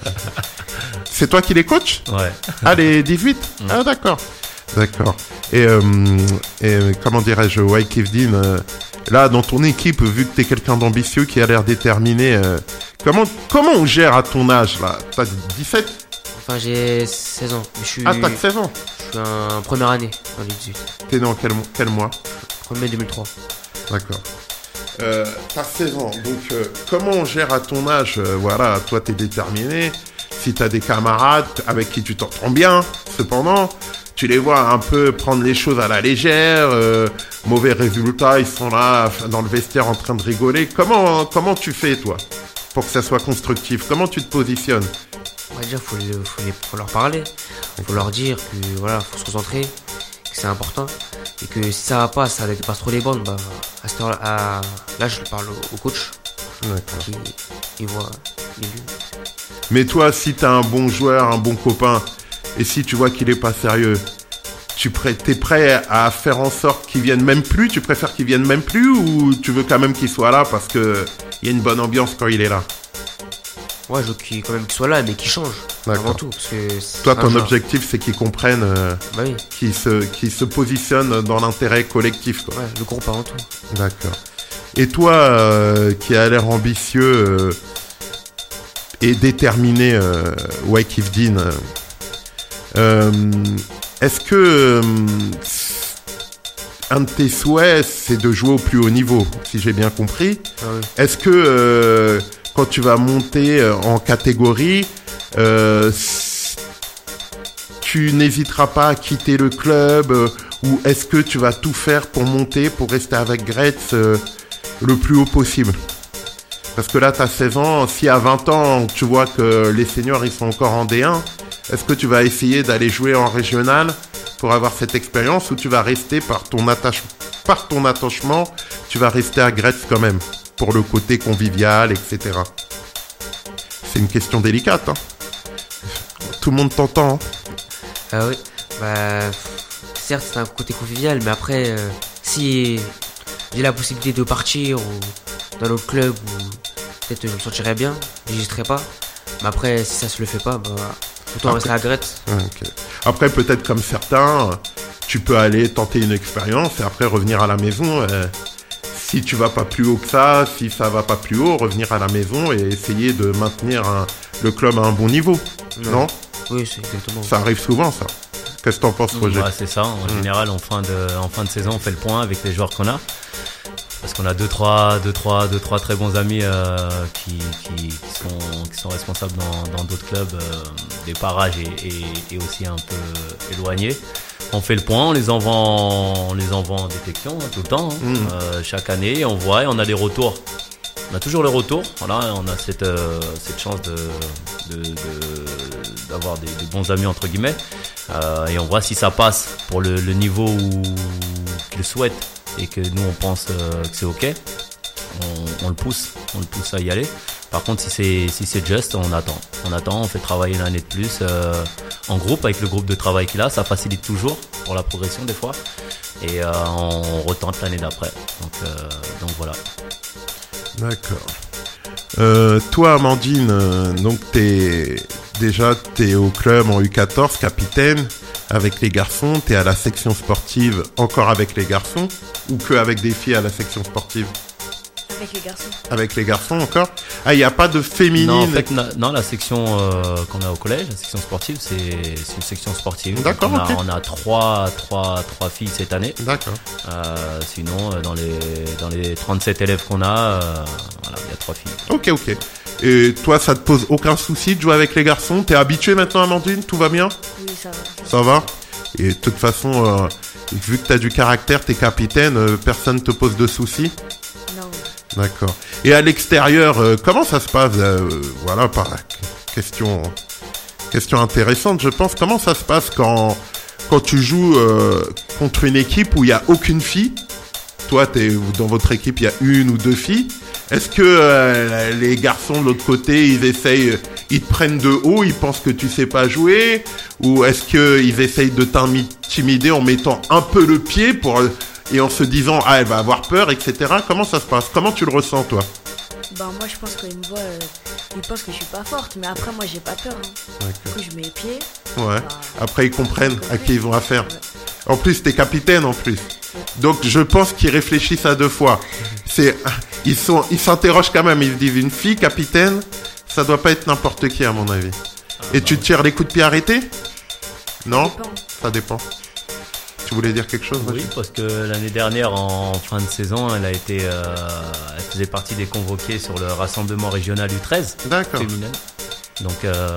C'est toi qui les coach? Ouais. Ah, les dix-huit? Mm. Ah, d'accord. D'accord. Et, euh, et euh, comment dirais-je, Waikifdin, euh, là, dans ton équipe, vu que t'es quelqu'un d'ambitieux qui a l'air déterminé, euh, comment, comment on gère à ton âge, là? T'as dix-sept? Enfin, j'ai seize ans, mais je suis, Ah, t'as que seize ans? je suis en première année dans les dix-huit. T'es né en quel, mo- quel mois? premier mai deux mille trois. D'accord. Euh, t'as seize ans, donc euh, comment on gère à ton âge? euh, Voilà, toi t'es déterminé. Si t'as des camarades avec qui tu t'entends bien, cependant, tu les vois un peu prendre les choses à la légère. Euh, mauvais résultats, ils sont là dans le vestiaire en train de rigoler. Comment comment tu fais toi pour que ça soit constructif? Comment tu te positionnes? Ouais, déjà, faut, les- faut, les- faut leur parler, faut leur dire que voilà, faut se concentrer, que c'est important, et que si ça va pas, ça dépasse trop les bornes, bah, à cette heure, à, là, je parle au, au coach, D'accord. qui il voit les buts. Mais toi, si t'as un bon joueur, un bon copain, et si tu vois qu'il est pas sérieux, tu prêt, t'es prêt à faire en sorte qu'il vienne même plus? Tu préfères qu'il vienne même plus, ou tu veux quand même qu'il soit là parce que il y a une bonne ambiance quand il est là? Ouais, je veux qu'il, quand même qu'il soit là, mais qu'il change, D'accord. avant tout, parce que c'est Toi, un ton joueur. objectif, c'est qu'ils comprennent, euh, Bah oui, qu'ils se, qu'ils se positionnent dans l'intérêt collectif, quoi. ouais, le groupe avant tout. D'accord. Et toi, euh, qui a l'air ambitieux euh, et déterminé, euh, Waikifdin, euh, euh, est-ce que euh, un de tes souhaits, c'est de jouer au plus haut niveau, si j'ai bien compris? Ah oui. Est-ce que euh, quand tu vas monter euh, en catégorie, euh, s- tu n'hésiteras pas à quitter le club, euh, ou est-ce que tu vas tout faire pour monter, pour rester avec Gretz euh, le plus haut possible? Parce que là, tu as seize ans, si à vingt ans, tu vois que les seniors, ils sont encore en D un, est-ce que tu vas essayer d'aller jouer en régional pour avoir cette expérience, ou tu vas rester par ton, attache... par ton attachement, tu vas rester à Gretz quand même, pour le côté convivial, et cetera. C'est une question délicate, hein. Tout le monde t'entend, hein. Ah oui, bah, certes, c'est un côté convivial, mais après, euh, si j'ai la possibilité de partir ou dans l'autre club, ou peut-être je me sentirais bien, j'hésiterais pas. Mais après, si ça se le fait pas, bah, autant rester à Gretz. Ah, ok. Après, peut-être comme certains, tu peux aller tenter une expérience et après revenir à la maison. euh, si tu vas pas plus haut que ça, si ça va pas plus haut, revenir à la maison et essayer de maintenir un- le club à un bon niveau. Ouais. Non? Oui, c'est exactement. Ça arrive souvent, ça. Qu'est-ce que t'en penses, Roger? Ouais, c'est ça. En général, en fin, de, en fin de saison, on fait le point avec les joueurs qu'on a. Parce qu'on a deux trois, deux, trois, deux, trois très bons amis euh, qui, qui, qui, sont, qui sont responsables dans, dans d'autres clubs, euh, des parages et, et, et aussi un peu éloignés. On fait le point, on les envoie en, on les envoie en détection hein, tout le temps, hein. Mm. Euh, chaque année, on voit et on a des retours. On a toujours les retours, voilà, on a cette, euh, cette chance de, de, de, d'avoir des, des bons amis entre guillemets, euh, et on voit si ça passe pour le, le niveau où, qu'ils souhaitent et que nous on pense euh, que c'est ok, on, on le pousse, on le pousse à y aller. Par contre, si c'est si c'est juste, on attend, on attend, on fait travailler une année de plus euh, en groupe avec le groupe de travail qu'il a, ça facilite toujours pour la progression des fois, et euh, on retente l'année d'après. Donc euh, donc voilà. D'accord. Euh, toi, Amandine, euh, donc t'es déjà t'es au club en U quatorze, capitaine. avec les garçons, t'es à la section sportive encore avec les garçons, ou que avec des filles à la section sportive? Avec les garçons. Avec les garçons encore? Ah, il n'y a pas de féminine? Non, en fait, na- non, la section euh, qu'on a au collège, la section sportive, c'est, c'est une section sportive. D'accord, Donc, on, ok. a, on a trois, trois, trois filles cette année. D'accord. Euh, sinon, euh, dans les, dans les trente-sept élèves qu'on a, euh, voilà, il y a trois filles. Ok, ok. Et toi, ça te pose aucun souci de jouer avec les garçons? T'es habitué maintenant, Amandine? Tout va bien? Oui, ça va. Ça va? Et de toute façon, euh, vu que t'as du caractère, t'es capitaine, euh, personne te pose de soucis? Non. D'accord. Et à l'extérieur, euh, comment ça se passe? euh, Voilà, par question, question intéressante, je pense. Comment ça se passe quand, quand tu joues euh, contre une équipe où il n'y a aucune fille? Toi, t'es, dans votre équipe, il y a une ou deux filles. Est-ce que euh, les garçons de l'autre côté, ils essayent, ils te prennent de haut, ils pensent que tu sais pas jouer? Ou est-ce qu'ils essayent de t'intimider en mettant un peu le pied pour... et en se disant, ah, elle va avoir peur, et cetera. Comment ça se passe? Comment tu le ressens, toi? Ben, moi, je pense qu'ils me voient, euh, ils pensent que je suis pas forte, mais après, moi, j'ai pas peur. Hein. Du coup, je mets les pieds. Ouais. Bah, Après, ils comprennent à qui ils ont affaire. Ouais. En plus, t'es capitaine, en plus. Donc, je pense qu'ils réfléchissent à deux fois. C'est, ils sont, ils s'interrogent quand même. Ils se disent, une fille capitaine, ça doit pas être n'importe qui, à mon avis. Et tu tires les coups de pied arrêtés? Non? dépend. Ça dépend. Tu voulais dire quelque chose? Oui, Rachid? parce que l'année dernière, en fin de saison, elle a été, euh, elle faisait partie des convoqués sur le rassemblement régional U treize D'accord. féminin. Donc, euh,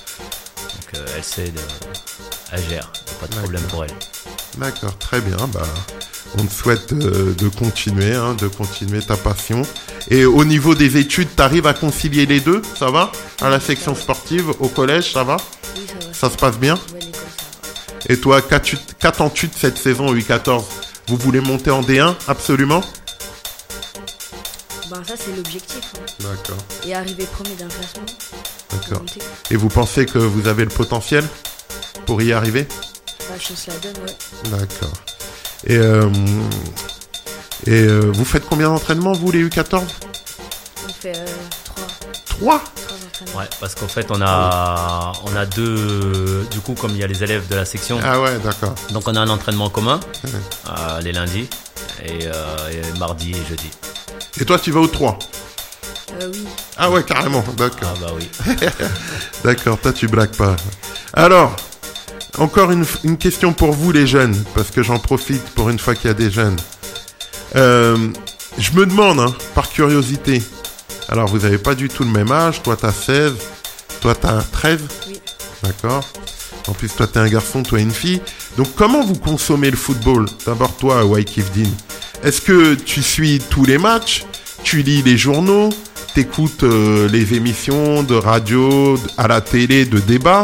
donc euh, elle sait, de, elle gère, y a pas de problème pour elle. D'accord, très bien. Bah, on te souhaite euh, de continuer, hein, de continuer ta passion. Et au niveau des études, t'arrives à concilier les deux? Ça va? À la section sportive, au collège, ça va? Oui, ça va. Ça se passe bien? Ouais, l'école, ça va. Et toi, qu'as-tu- qu'attends-tu de cette saison U quatorze? Vous voulez monter en D un? Absolument? Ben, ça, c'est l'objectif. Hein. D'accord, Et arriver premier d'un classement. d'accord. monter. Et vous pensez que vous avez le potentiel pour y arriver? Bah, je se la donne, ouais. D'accord. Et, euh, et euh, vous faites combien d'entraînements, vous, les U quatorze? On fait euh, trois, Trois? trois entraînements. Ouais, parce qu'en fait, on a, on a deux, du coup, comme il y a les élèves de la section, Ah ouais, d'accord. donc on a un entraînement commun, Ouais. euh, les lundis, et, euh, et mardi et jeudi. Et toi, tu vas au trois? Euh, oui. Ah ouais, carrément, d'accord. Ah bah oui. D'accord, toi tu blagues pas. Alors, encore une, une question pour vous les jeunes, parce que j'en profite pour une fois qu'il y a des jeunes. Euh, je me demande, hein, par curiosité, alors vous avez pas du tout le même âge, toi t'as seize, toi t'as treize, Oui. d'accord? En plus toi t'es un garçon, toi une fille. Donc comment vous consommez le football? D'abord toi, Waikifdin. Est-ce que tu suis tous les matchs? Tu lis les journaux? T'écoutes euh, les émissions de radio, d- à la télé, de débat?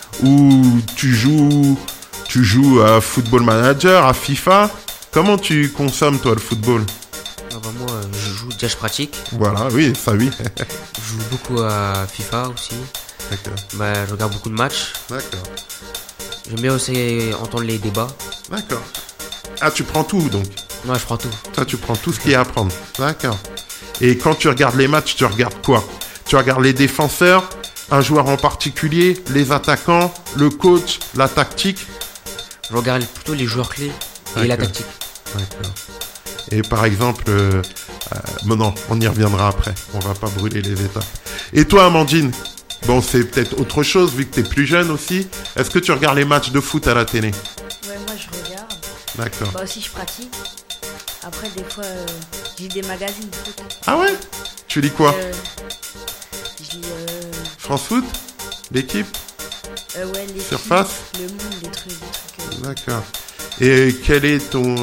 Ou tu joues, tu joues à Football Manager, à FIFA? Comment tu consommes toi le football? Ah bah moi, euh, je joue, déjà je pratique. Voilà, oui, ça oui. Je joue beaucoup à FIFA aussi. D'accord, Bah, je regarde beaucoup de matchs. d'accord, J'aime bien aussi entendre les débats. d'accord. Ah, tu prends tout donc? Non, je prends tout. Toi, tu prends tout ce qu'il y a à prendre. D'accord. Et quand tu regardes les matchs, tu regardes quoi? Tu regardes les défenseurs, un joueur en particulier, les attaquants, le coach, la tactique? Je regarde plutôt les joueurs clés et la D'accord. tactique. D'accord. Et par exemple, euh, euh, bon non, on y reviendra après. On va pas brûler les étapes. Et toi, Amandine? Bon, c'est peut-être autre chose vu que t'es plus jeune aussi. Est-ce que tu regardes les matchs de foot à la télé? Ouais, moi, je regarde. D'accord. Bah, aussi, je pratique. Après, des fois, euh, je lis des magazines de foot. Ah ouais? Tu lis quoi? Euh, je lis, euh, France Foot? L'équipe? euh, ouais, les Surface? films, le monde, les trucs, des trucs. Euh, D'accord. Et quel est ton,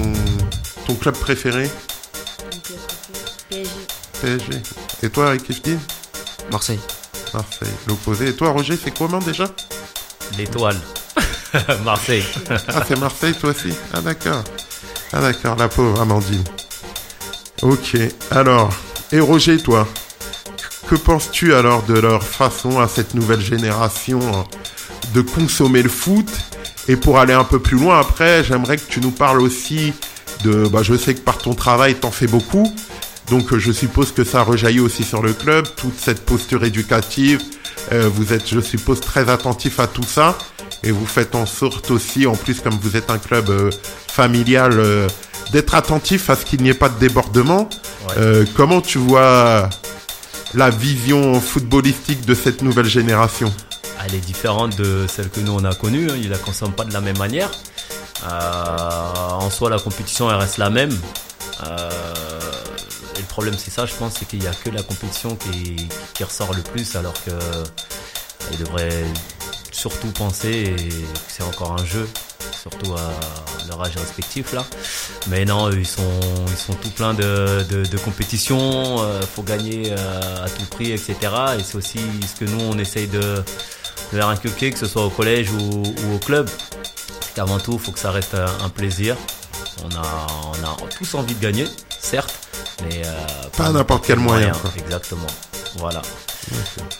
ton club préféré? donc, euh, P S G. P S G. Et toi, Kiftin? Marseille. Marseille, l'opposé. Et toi, Roger, c'est comment déjà? L'étoile. Marseille. Ah, c'est Marseille, toi aussi? Ah, d'accord. Ah, d'accord, la pauvre Amandine. Ok, alors, et Roger, toi, que penses-tu alors de leur façon à cette nouvelle génération hein, de consommer le foot? Et pour aller un peu plus loin après, j'aimerais que tu nous parles aussi de... Bah, je sais que par ton travail, t'en fais beaucoup. Donc, euh, je suppose que ça rejaillit aussi sur le club, toute cette posture éducative. Euh, vous êtes, je suppose, très attentif à tout ça. et vous faites en sorte aussi, en plus comme vous êtes un club euh, familial, euh, d'être attentif à ce qu'il n'y ait pas de débordement. Ouais. Euh, comment tu vois la vision footballistique de cette nouvelle génération? Elle est différente de celle que nous on a connue, hein. Ils la consomment pas de la même manière. Euh, en soi, la compétition elle reste la même. Euh, et le problème c'est ça, je pense, c'est qu'il y a que la compétition qui, qui ressort le plus, alors que ils devraient surtout penser que c'est encore un jeu, surtout à leur âge respectif là. Mais non, ils sont ils sont tout pleins de de, de compétitions. Euh, faut gagner euh, à tout prix, et cetera. Et c'est aussi ce que nous on essaye de, de leur inculquer, que ce soit au collège ou, ou au club. C'est qu'avant tout, il faut que ça reste un, un plaisir. On a on a tous envie de gagner, certes, mais euh, pas à n'importe quel moyen. Quoi. Exactement. Voilà. Okay.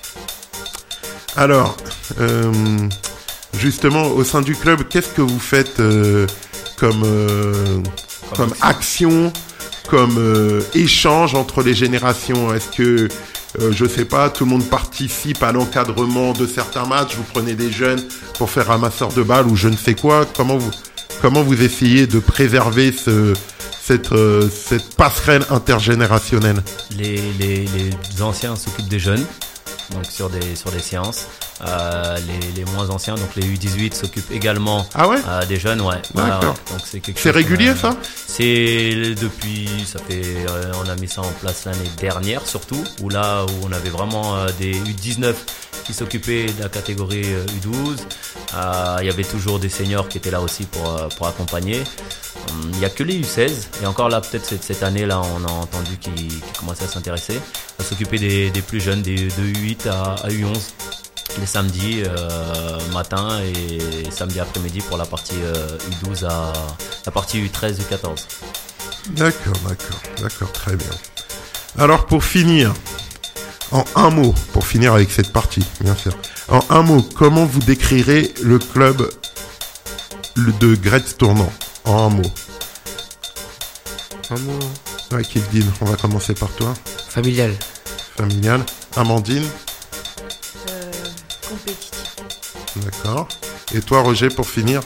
Alors, euh, justement, au sein du club, qu'est-ce que vous faites euh, comme, euh, comme, comme action, comme euh, échange entre les générations? Est-ce que, euh, je sais pas, tout le monde participe à l'encadrement de certains matchs? Vous prenez des jeunes pour faire ramasseur de balles ou je ne sais quoi? Comment vous, comment vous essayez de préserver ce, cette, euh, cette passerelle intergénérationnelle? Les, les, les anciens s'occupent des jeunes. Donc sur des sur des séances, euh, les les moins anciens, donc les U dix-huit s'occupent également ah ouais euh, des jeunes, ouais. D'accord. Ouais, ouais. Donc c'est quelque c'est chose régulier a, ça? C'est depuis, ça fait, euh, on a mis ça en place l'année dernière surtout, où là où on avait vraiment euh, des U dix-neuf qui s'occupaient de la catégorie euh, U douze. Il euh, y avait toujours des seniors qui étaient là aussi pour euh, pour accompagner. Il n'y a que les U seize, et encore là, peut-être cette, cette année, là, on a entendu qu'ils, qu'ils commençaient à s'intéresser, à s'occuper des, des plus jeunes, des, de U huit à, à U onze, les samedis euh, matin et samedi après-midi pour la partie euh, U douze à la partie U treize, U quatorze. D'accord, d'accord, d'accord, très bien. Alors pour finir, en un mot, pour finir avec cette partie, bien sûr, en un mot, comment vous décrirez le club de Gretz Tournant? En un mot. Un mot. Ouais, Kevin, on va commencer par toi. Familial. Familial. Amandine. Euh, compétitif. D'accord. Et toi, Roger, pour finir?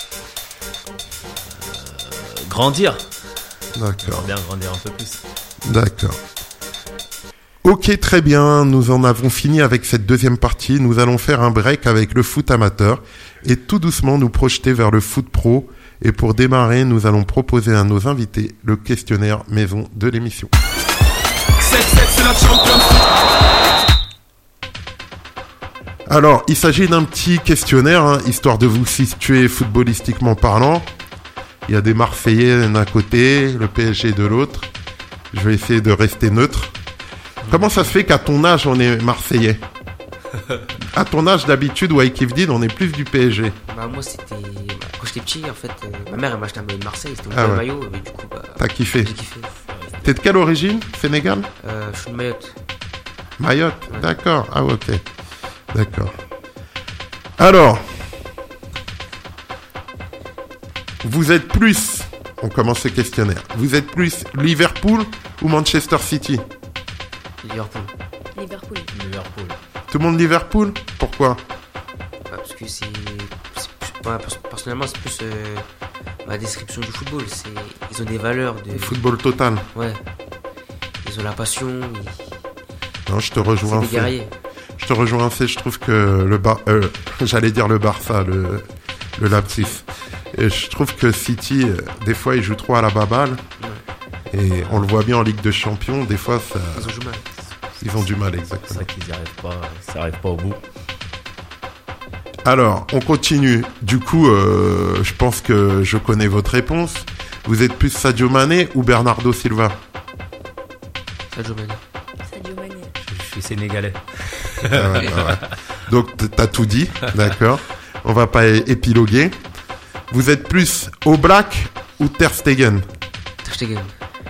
euh, Grandir. D'accord. Bien grandir un peu plus. D'accord. Ok, très bien. Nous en avons fini avec cette deuxième partie. Nous allons faire un break avec le foot amateur et tout doucement nous projeter vers le foot pro. Et pour démarrer, nous allons proposer à nos invités le questionnaire maison de l'émission. sept sept, c'est la Champions League. Alors, il s'agit d'un petit questionnaire, hein, histoire de vous situer footballistiquement parlant. Il y a des Marseillais d'un côté, le P S G de l'autre. Je vais essayer de rester neutre. Comment ça se fait qu'à ton âge, on est Marseillais? À ton âge, d'habitude, ou avec Yves on est plus du P S G. Bah, moi, c'était. Quand j'étais petit, en fait, euh, ma mère, elle m'a acheté un maillot de Marseille. C'était mon Ah ah, ouais. maillot, mais du coup, bah. T'as kiffé? J'ai kiffé. T'es de quelle origine? Sénégal? Euh, je suis de Mayotte. Mayotte? Ouais. D'accord. Ah, ok. D'accord. Alors, vous êtes plus, on commence ce questionnaire, vous êtes plus Liverpool ou Manchester City? Liverpool. Liverpool. Liverpool. Tout le monde Liverpool? Pourquoi? Bah, parce que c'est. c'est moi, personnellement, c'est plus euh, ma description du football. C'est, ils ont des valeurs de. Le football total. Ouais. Ils ont la passion. Ils... Non, je te rejoins. C'est des fait. guerriers. Je te rejoins un fait. Je trouve que le Bar, euh, j'allais dire le Barça, le le Leipzig. Et je trouve que City, euh, des fois, il joue trop à la baballe. Ouais. Et on le voit bien en Ligue des Champions. Des fois, ça, Ils ont du mal. ils ont du mal, C'est exactement. ça qu'ils n'y arrivent pas, ça arrive pas au bout. Alors, on continue. Du coup, euh, je pense que je connais votre réponse. Vous êtes plus Sadio Mané ou Bernardo Silva? Sadio Mané. Sadio Mané. Je, je suis sénégalais. Ah ouais, ouais, ouais. Donc, t- t'as tout dit, d'accord. On va pas é- épiloguer. Vous êtes plus Oblak ou Ter Stegen? Ter Stegen.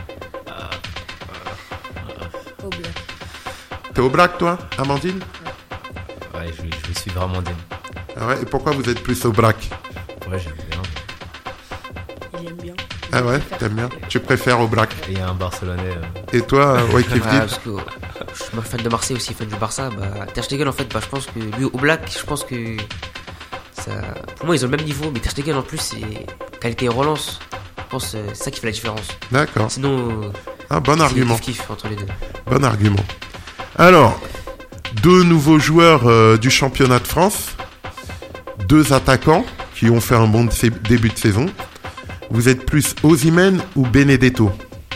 Au bloc. T'es Oblak, toi, Amandine? Ouais, je, je suis vraiment dingue. Ah ouais, et pourquoi vous êtes plus Oblak? Ouais, j'aime bien. Il aime bien. Ah ouais, t'aimes bien? Tu préfères Oblak. Et il y a un Barcelonais. euh, Et toi, ouais, Kevin? Ah, parce que je suis fan de Marseille aussi, fan du Barça. Bah, Ter Stegen, en fait, bah, je pense que lui, au Black, je pense que ça ça... Pour moi, ils ont le même niveau, mais Ter Stegen en plus, c'est qualité relance. Je pense que c'est ça qui fait la différence. D'accord. Sinon, Ah, bon c'est argument. kiff-kiff entre les deux. Bon argument. Alors, deux nouveaux joueurs euh, du championnat de France. Deux attaquants qui ont fait un bon dé- début de saison. Vous êtes plus Osimhen ou Benedetto?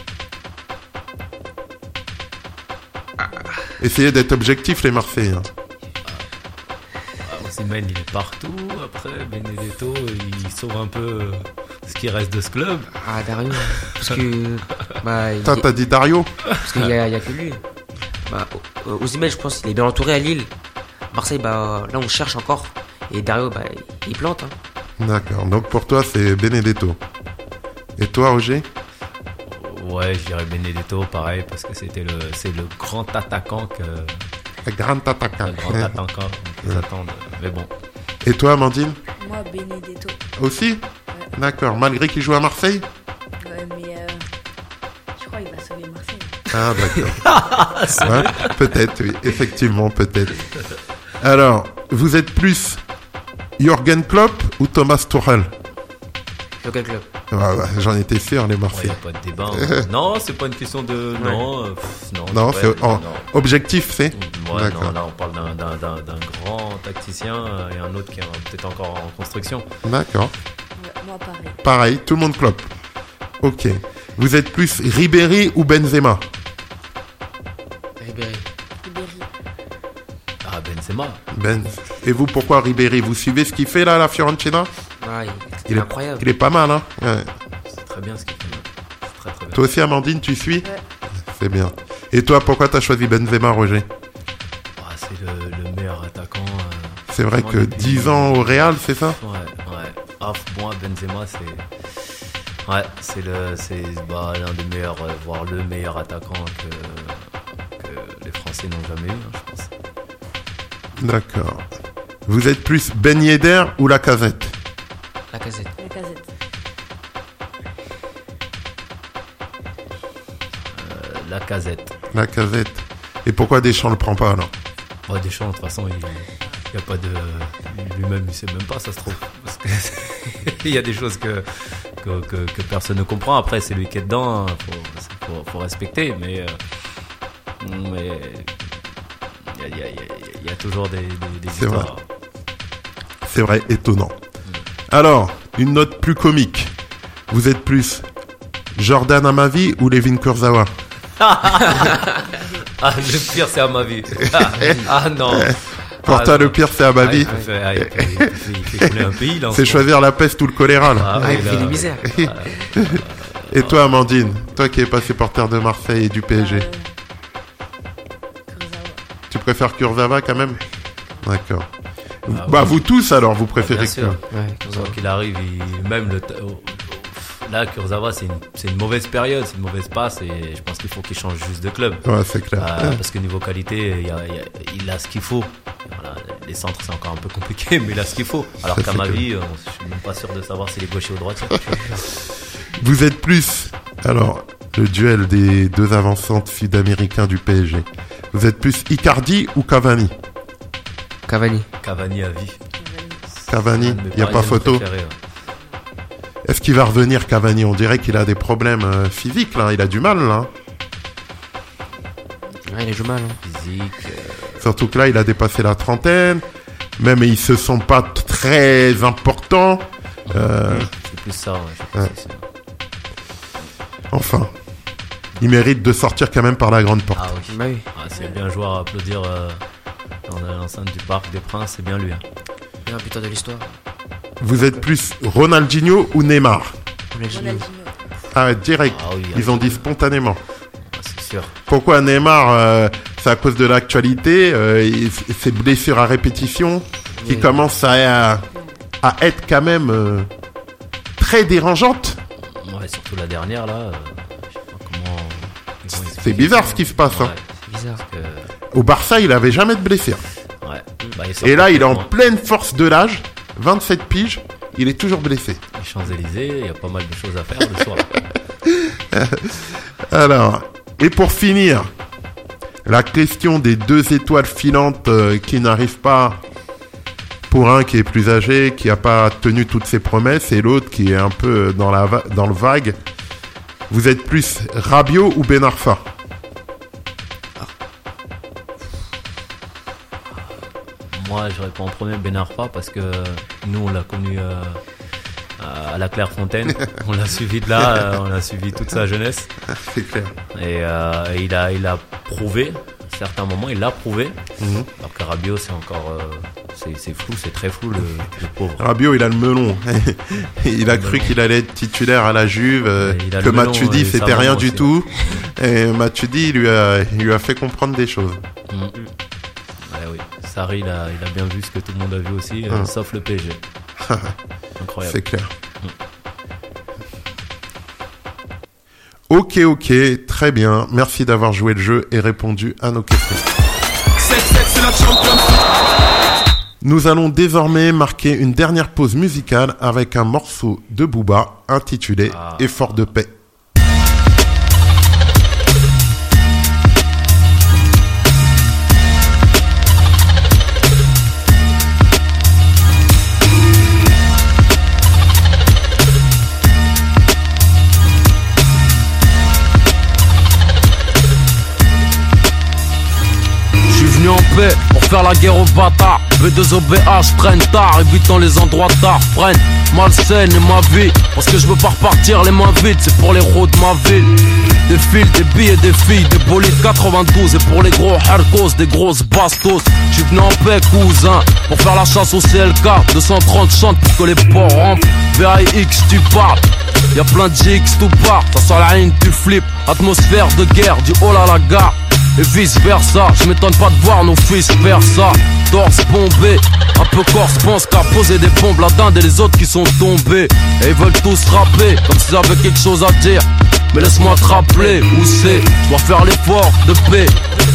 Essayez d'être objectif, les Marseillais. hein. Osimhen, il est partout. Après, Benedetto, il sauve un peu euh, ce qui reste de ce club. Ah, Dario. Parce que. Bah, il- Toi, t'as dit Dario? parce qu'il y a, il y a que lui. Bah, O- Osimhen, je pense qu'il est bien entouré à Lille. Marseille, bah, là, on cherche encore. Et Dario, bah, il plante. Hein. D'accord. Donc pour toi, c'est Benedetto. Et toi, Roger? Ouais, je dirais Benedetto, pareil, parce que c'était le, c'est le grand attaquant que, Le grand attaquant. le grand attaquant qu'ils attendent. Mais bon, Et toi, Amandine? Moi, Benedetto. Aussi? D'accord. Malgré qu'il joue à Marseille? Ouais, mais euh, je crois qu'il va sauver Marseille. Ah, d'accord. Ouais, peut-être, oui. Effectivement, peut-être. Alors, vous êtes plus Jürgen Klopp ou Thomas Tuchel? Jürgen Klopp. Ouais, ouais, j'en étais sûr, les il n'y Marseillais. a pas de débat. hein. Non, c'est pas une question de. Non, euh, pff, non. Non, ouais, c'est en- non. objectif, c'est? Ouais, D'accord. non, là, on parle d'un, d'un, d'un, d'un grand tacticien euh, et un autre qui est euh, peut-être encore en construction. D'accord. Ouais, moi, pareil. Pareil, tout le monde Klopp. Ok. Vous êtes plus Ribéry ou Benzema? Ribéry. Ribéry. Ah, Benzema. Ben. Et vous, pourquoi Ribéry? Vous suivez ce qu'il fait là, à la Fiorentina? Ah, il, Il il est est incroyable. Il est pas mal, hein? Ouais. C'est très bien ce qu'il fait. C'est très très bien. Toi aussi, Amandine, tu suis? Ouais. C'est bien. Et toi, pourquoi t'as choisi Benzema, Roger? Ah, c'est le, le meilleur attaquant. euh, C'est vrai vraiment que depuis- dix ans au Real, c'est ça? Ouais, ouais. Ah, moi, Benzema, c'est. Ouais, c'est le, c'est bah, l'un des meilleurs, euh, voire le meilleur attaquant que, que les Français n'ont jamais eu, hein, je pense. D'accord. Vous êtes plus Ben Yedder ou Lacazette? La casette. La casette. Euh, la casette. Lacazette. Et pourquoi Deschamps le prend pas alors? Bon, Deschamps, de toute façon, il n'y a pas de. Lui-même, il sait même pas, ça se trouve. Parce que il y a des choses que, que, que, que personne ne comprend. Après, c'est lui qui est dedans, il faut, faut, faut respecter. Mais. euh, mais il y a, il y a- il y a- il y a toujours des, des, des C'est vrai. histoires. C'est vrai, étonnant. Alors, une note plus comique. Vous êtes plus Jordan Amavi ou Levin Kurzawa? Ah, le pire, c'est à ma vie. Ah, ah, non. Pour Ah, toi, non. le pire, c'est Ah, Amavi. il, fait, ah, il, fait, il, fait, il fait couler un pays, là. en C'est ce moment. choisir la peste ou le choléra, là. Ah, Ah, oui, il là. fait des misères. Et toi, Amandine? Toi qui es pas supporter de Marseille et du P S G. Euh, Kurzawa. Tu préfères Kurzawa quand même? D'accord. Ah, Bah, oui. vous tous, alors, vous préférez Bien sûr. que... Ouais, Quoi qu'il arrive, il- même le t- oh, oh, là, Kurzawa, c'est une, c'est une mauvaise période, c'est une mauvaise passe et je pense qu'il faut qu'il change juste de club. Ouais, c'est clair. Euh, parce que niveau qualité, il, y a- il y a- il a ce qu'il faut. Voilà, les centres, c'est encore un peu compliqué, mais il a ce qu'il faut. Alors Ça, qu'à c'est ma clair. vie, euh, je suis même pas sûr de savoir s'il est gaucher ou droitier. Vous êtes plus... Alors, le duel des deux avancantes sud-américains du P S G. Vous êtes plus Icardi ou Cavani? Cavani. Cavani à vie. Cavani, Un de mes il n'y a pas Parisiens photo. préférés, ouais. Est-ce qu'il va revenir, Cavani? On dirait qu'il a des problèmes euh, physiques, là. Il a du mal, là. Ouais, il joue mal. Hein. Physique. euh, Surtout que là, il a dépassé la trentaine. Même ils se sont pas t- très importants. Euh, c'est plus ça, ouais, je pense Ouais. que c'est- enfin, il mérite de sortir quand même par la grande porte. Ah oui. Bah oui. Ah, c'est bien un joueur à applaudir euh, dans l'enceinte du Parc des Princes, c'est bien lui. Hein. Il est un buteur de l'histoire. Vous êtes plus Ronaldinho ou Neymar? Ronaldinho. Ronaldinho. Ah, direct. Ah oui, Ils ont dit spontanément. Ah, c'est sûr. Pourquoi Neymar? euh, C'est à cause de l'actualité, euh, et c- ces blessures à répétition qui Oui. commencent à, à être quand même euh, très dérangeantes. Ouais, surtout la dernière là. euh, je sais pas comment. ils vont C'est expliquer bizarre ça. ce qui se passe. hein. Ouais, C'est bizarre. parce que- Au Barça, il avait jamais de blessure. ouais. Bah, il sort Et là, il est en complètement. pleine force de l'âge, vingt-sept piges, il est toujours blessé. Les Champs-Élysées, il y a pas mal de choses à faire le soir. Alors, et pour finir, la question des deux étoiles filantes euh, qui n'arrivent pas pour un qui est plus âgé, qui n'a pas tenu toutes ses promesses, et l'autre qui est un peu dans, la va- dans le vague. Vous êtes plus Rabiot ou Ben Arfa? Moi, je réponds en premier Ben Arfa parce que nous, on l'a connu euh, à la Clairefontaine. On l'a suivi de là, euh, on l'a suivi toute sa jeunesse. C'est clair. Et, euh, et il, a, il a prouvé, à certains moments, il l'a prouvé. Mhm. Alors que Rabiot, c'est encore. Euh, c'est, c'est flou, c'est très flou, le, le pauvre. Rabiot, il a le melon. Il a Le cru melon. qu'il allait être titulaire à la Juve, euh, Il a que le melon, Matuidi, et c'était ça rien vraiment du aussi. tout. Et Matuidi, il lui a, il lui a fait comprendre des choses. Mm. Ouais, oui. Sarri, il a, il a bien vu ce que tout le monde a vu aussi, euh, Mm. sauf le P S G. Incroyable. C'est clair. Ok, ok, très bien. Merci d'avoir joué le jeu et répondu à nos questions. sept sept, c'est la Champions League. Nous allons désormais marquer une dernière pause musicale avec un morceau de Booba intitulé Ah. Effort de paix. Je suis venu en paix pour faire la guerre aux bâtards. V deux O B H traîne tard, évitant les endroits tard. Freine, malsaine et ma vie. Parce que je veux pas repartir les mains vides, c'est pour les routes de ma ville. Des fils, des billets, des filles, des bolides quatre-vingt-douze. Et pour les gros harcos, des grosses bastos. Je suis venu en paix, cousin, pour faire la chasse au C L K. deux cent trente chantes pour que les porcs rampent. V A X, tu parles. Y'a plein de G X tout part, ça sent la haine, tu flippes. Atmosphère de guerre, du haut à la gare. Et vice versa, je m'étonne pas de voir nos fils faire ça. Torse bombé, un peu corse pense qu'à poser des bombes la dinde et les autres qui sont tombés. Et ils veulent tous rapper, comme s'ils avaient quelque chose à dire. Mais laisse-moi te rappeler où c'est, je dois faire l'effort de paix.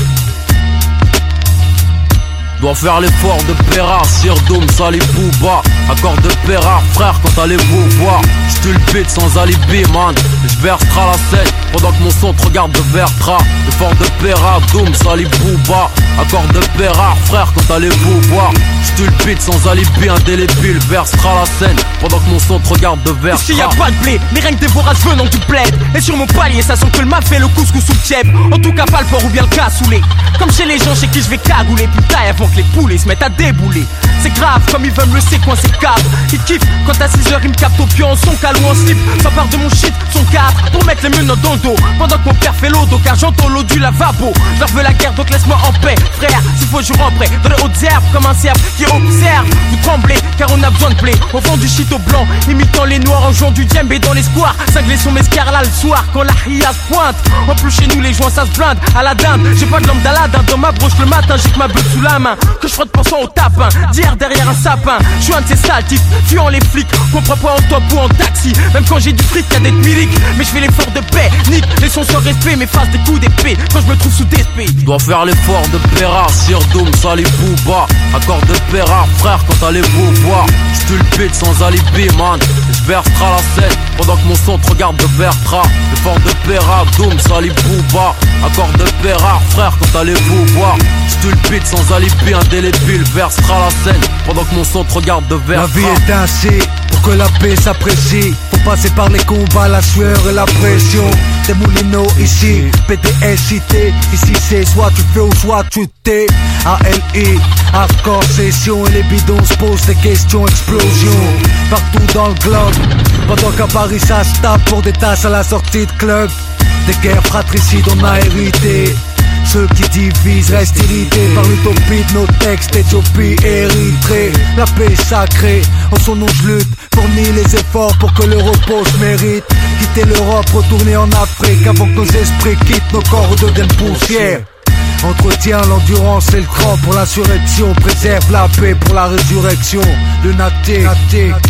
Dois faire l'effort de Pérard, Sirdoum, Salih Bouba. Accord de Pérard, frère, quand allez-vous voir? J'tue le beat sans alibi, man. J'versera la scène pendant que mon son te regarde de Vertra. Effort de Pérard, Doom, Salih Bouba. Accord de Pérard, frère, quand allez-vous voir? J'tue le beat sans alibi, indélébile. Versera la scène pendant que mon son te regarde de Vertra. Ici y a pas de blé, mais rien que des voraces venant du bled. Et sur mon palier, ça sent que le m'a fait le couscous sous le tiep. En tout cas, pas le porc ou bien le cassoulet. Comme chez les gens chez qui je vais cagouler. Putain, avant que les poulets se mettent à débouler. C'est grave, comme ils veulent me séquencer câble. Ils kiffent quand à six heures ils me captent au pied en son calou en slip. Ça part de mon shit, son quatre pour mettre les menottes dans le dos. Pendant que mon père fait l'eau d'eau, car j'entends l'eau du lavabo. Je leur veux la guerre, donc laisse-moi en paix. Frère, s'il faut, je rentrerai dans les hautes herbes comme un cerf qui observe. Vous tremblez, car on a besoin de blé. Au fond du shit au blanc, imitant les noirs en jouant du djembé dans les squares. Cinglés sont mes scars là le soir quand la ria se pointe. En plus, chez nous, les joints ça se blinde. À la dinde, j'ai pas de lampe d'Aladin dans ma broche le matin, j'ai que ma bulle sous la main. Que je frotte pensant au tapin, d'hier derrière un sapin. Je suis un de ces sales types, fuyant les flics. Comprends pas en top ou en taxi. Même quand j'ai du fric, y'a des miliques. Mais je fais l'effort de paix, nique les sons sans respect. Mais face des coups d'épée quand je me trouve sous D S P. Dois faire l'effort de Pérard, Sirdoum, Salih Bouba. Accord de Pérard, frère, quand allez-vous voir? J'tue le beat sans alibi, man. J'versera la scène pendant que mon son te regarde de Vertra. L'effort de Pérard, Doom, Salih Bouba. Accord de Pérard, frère, quand allez-vous voir? J'tue le beat sans alibi, indélébile. Versera la scène pendant que mon son te regarde de Vertra. La vie est ainsi, pour que la paix s'apprécie. Faut passer par les combats, la sueur et la pression. Des moulineaux ici, P T S I T. Ici c'est soit tu fais ou soit tu t'es. A L I, hardcore session. Et les bidons se posent des questions, explosion. Partout dans le globe, pendant qu'à Paris ça se tape pour des tasses à la sortie de club. Des guerres fratricides on a hérité. Ceux qui divisent restent irrités par l'utopie de nos textes. Éthiopie, Érythrée, la paix sacrée. En son nom je lutte, fournis les efforts pour que le repos se mérite. Quitter l'Europe, retourner en Afrique avant que nos esprits quittent nos corps deviennent poussière. Entretient l'endurance et le cran pour l'insurrection. Préserve la paix pour la résurrection. Lunatique,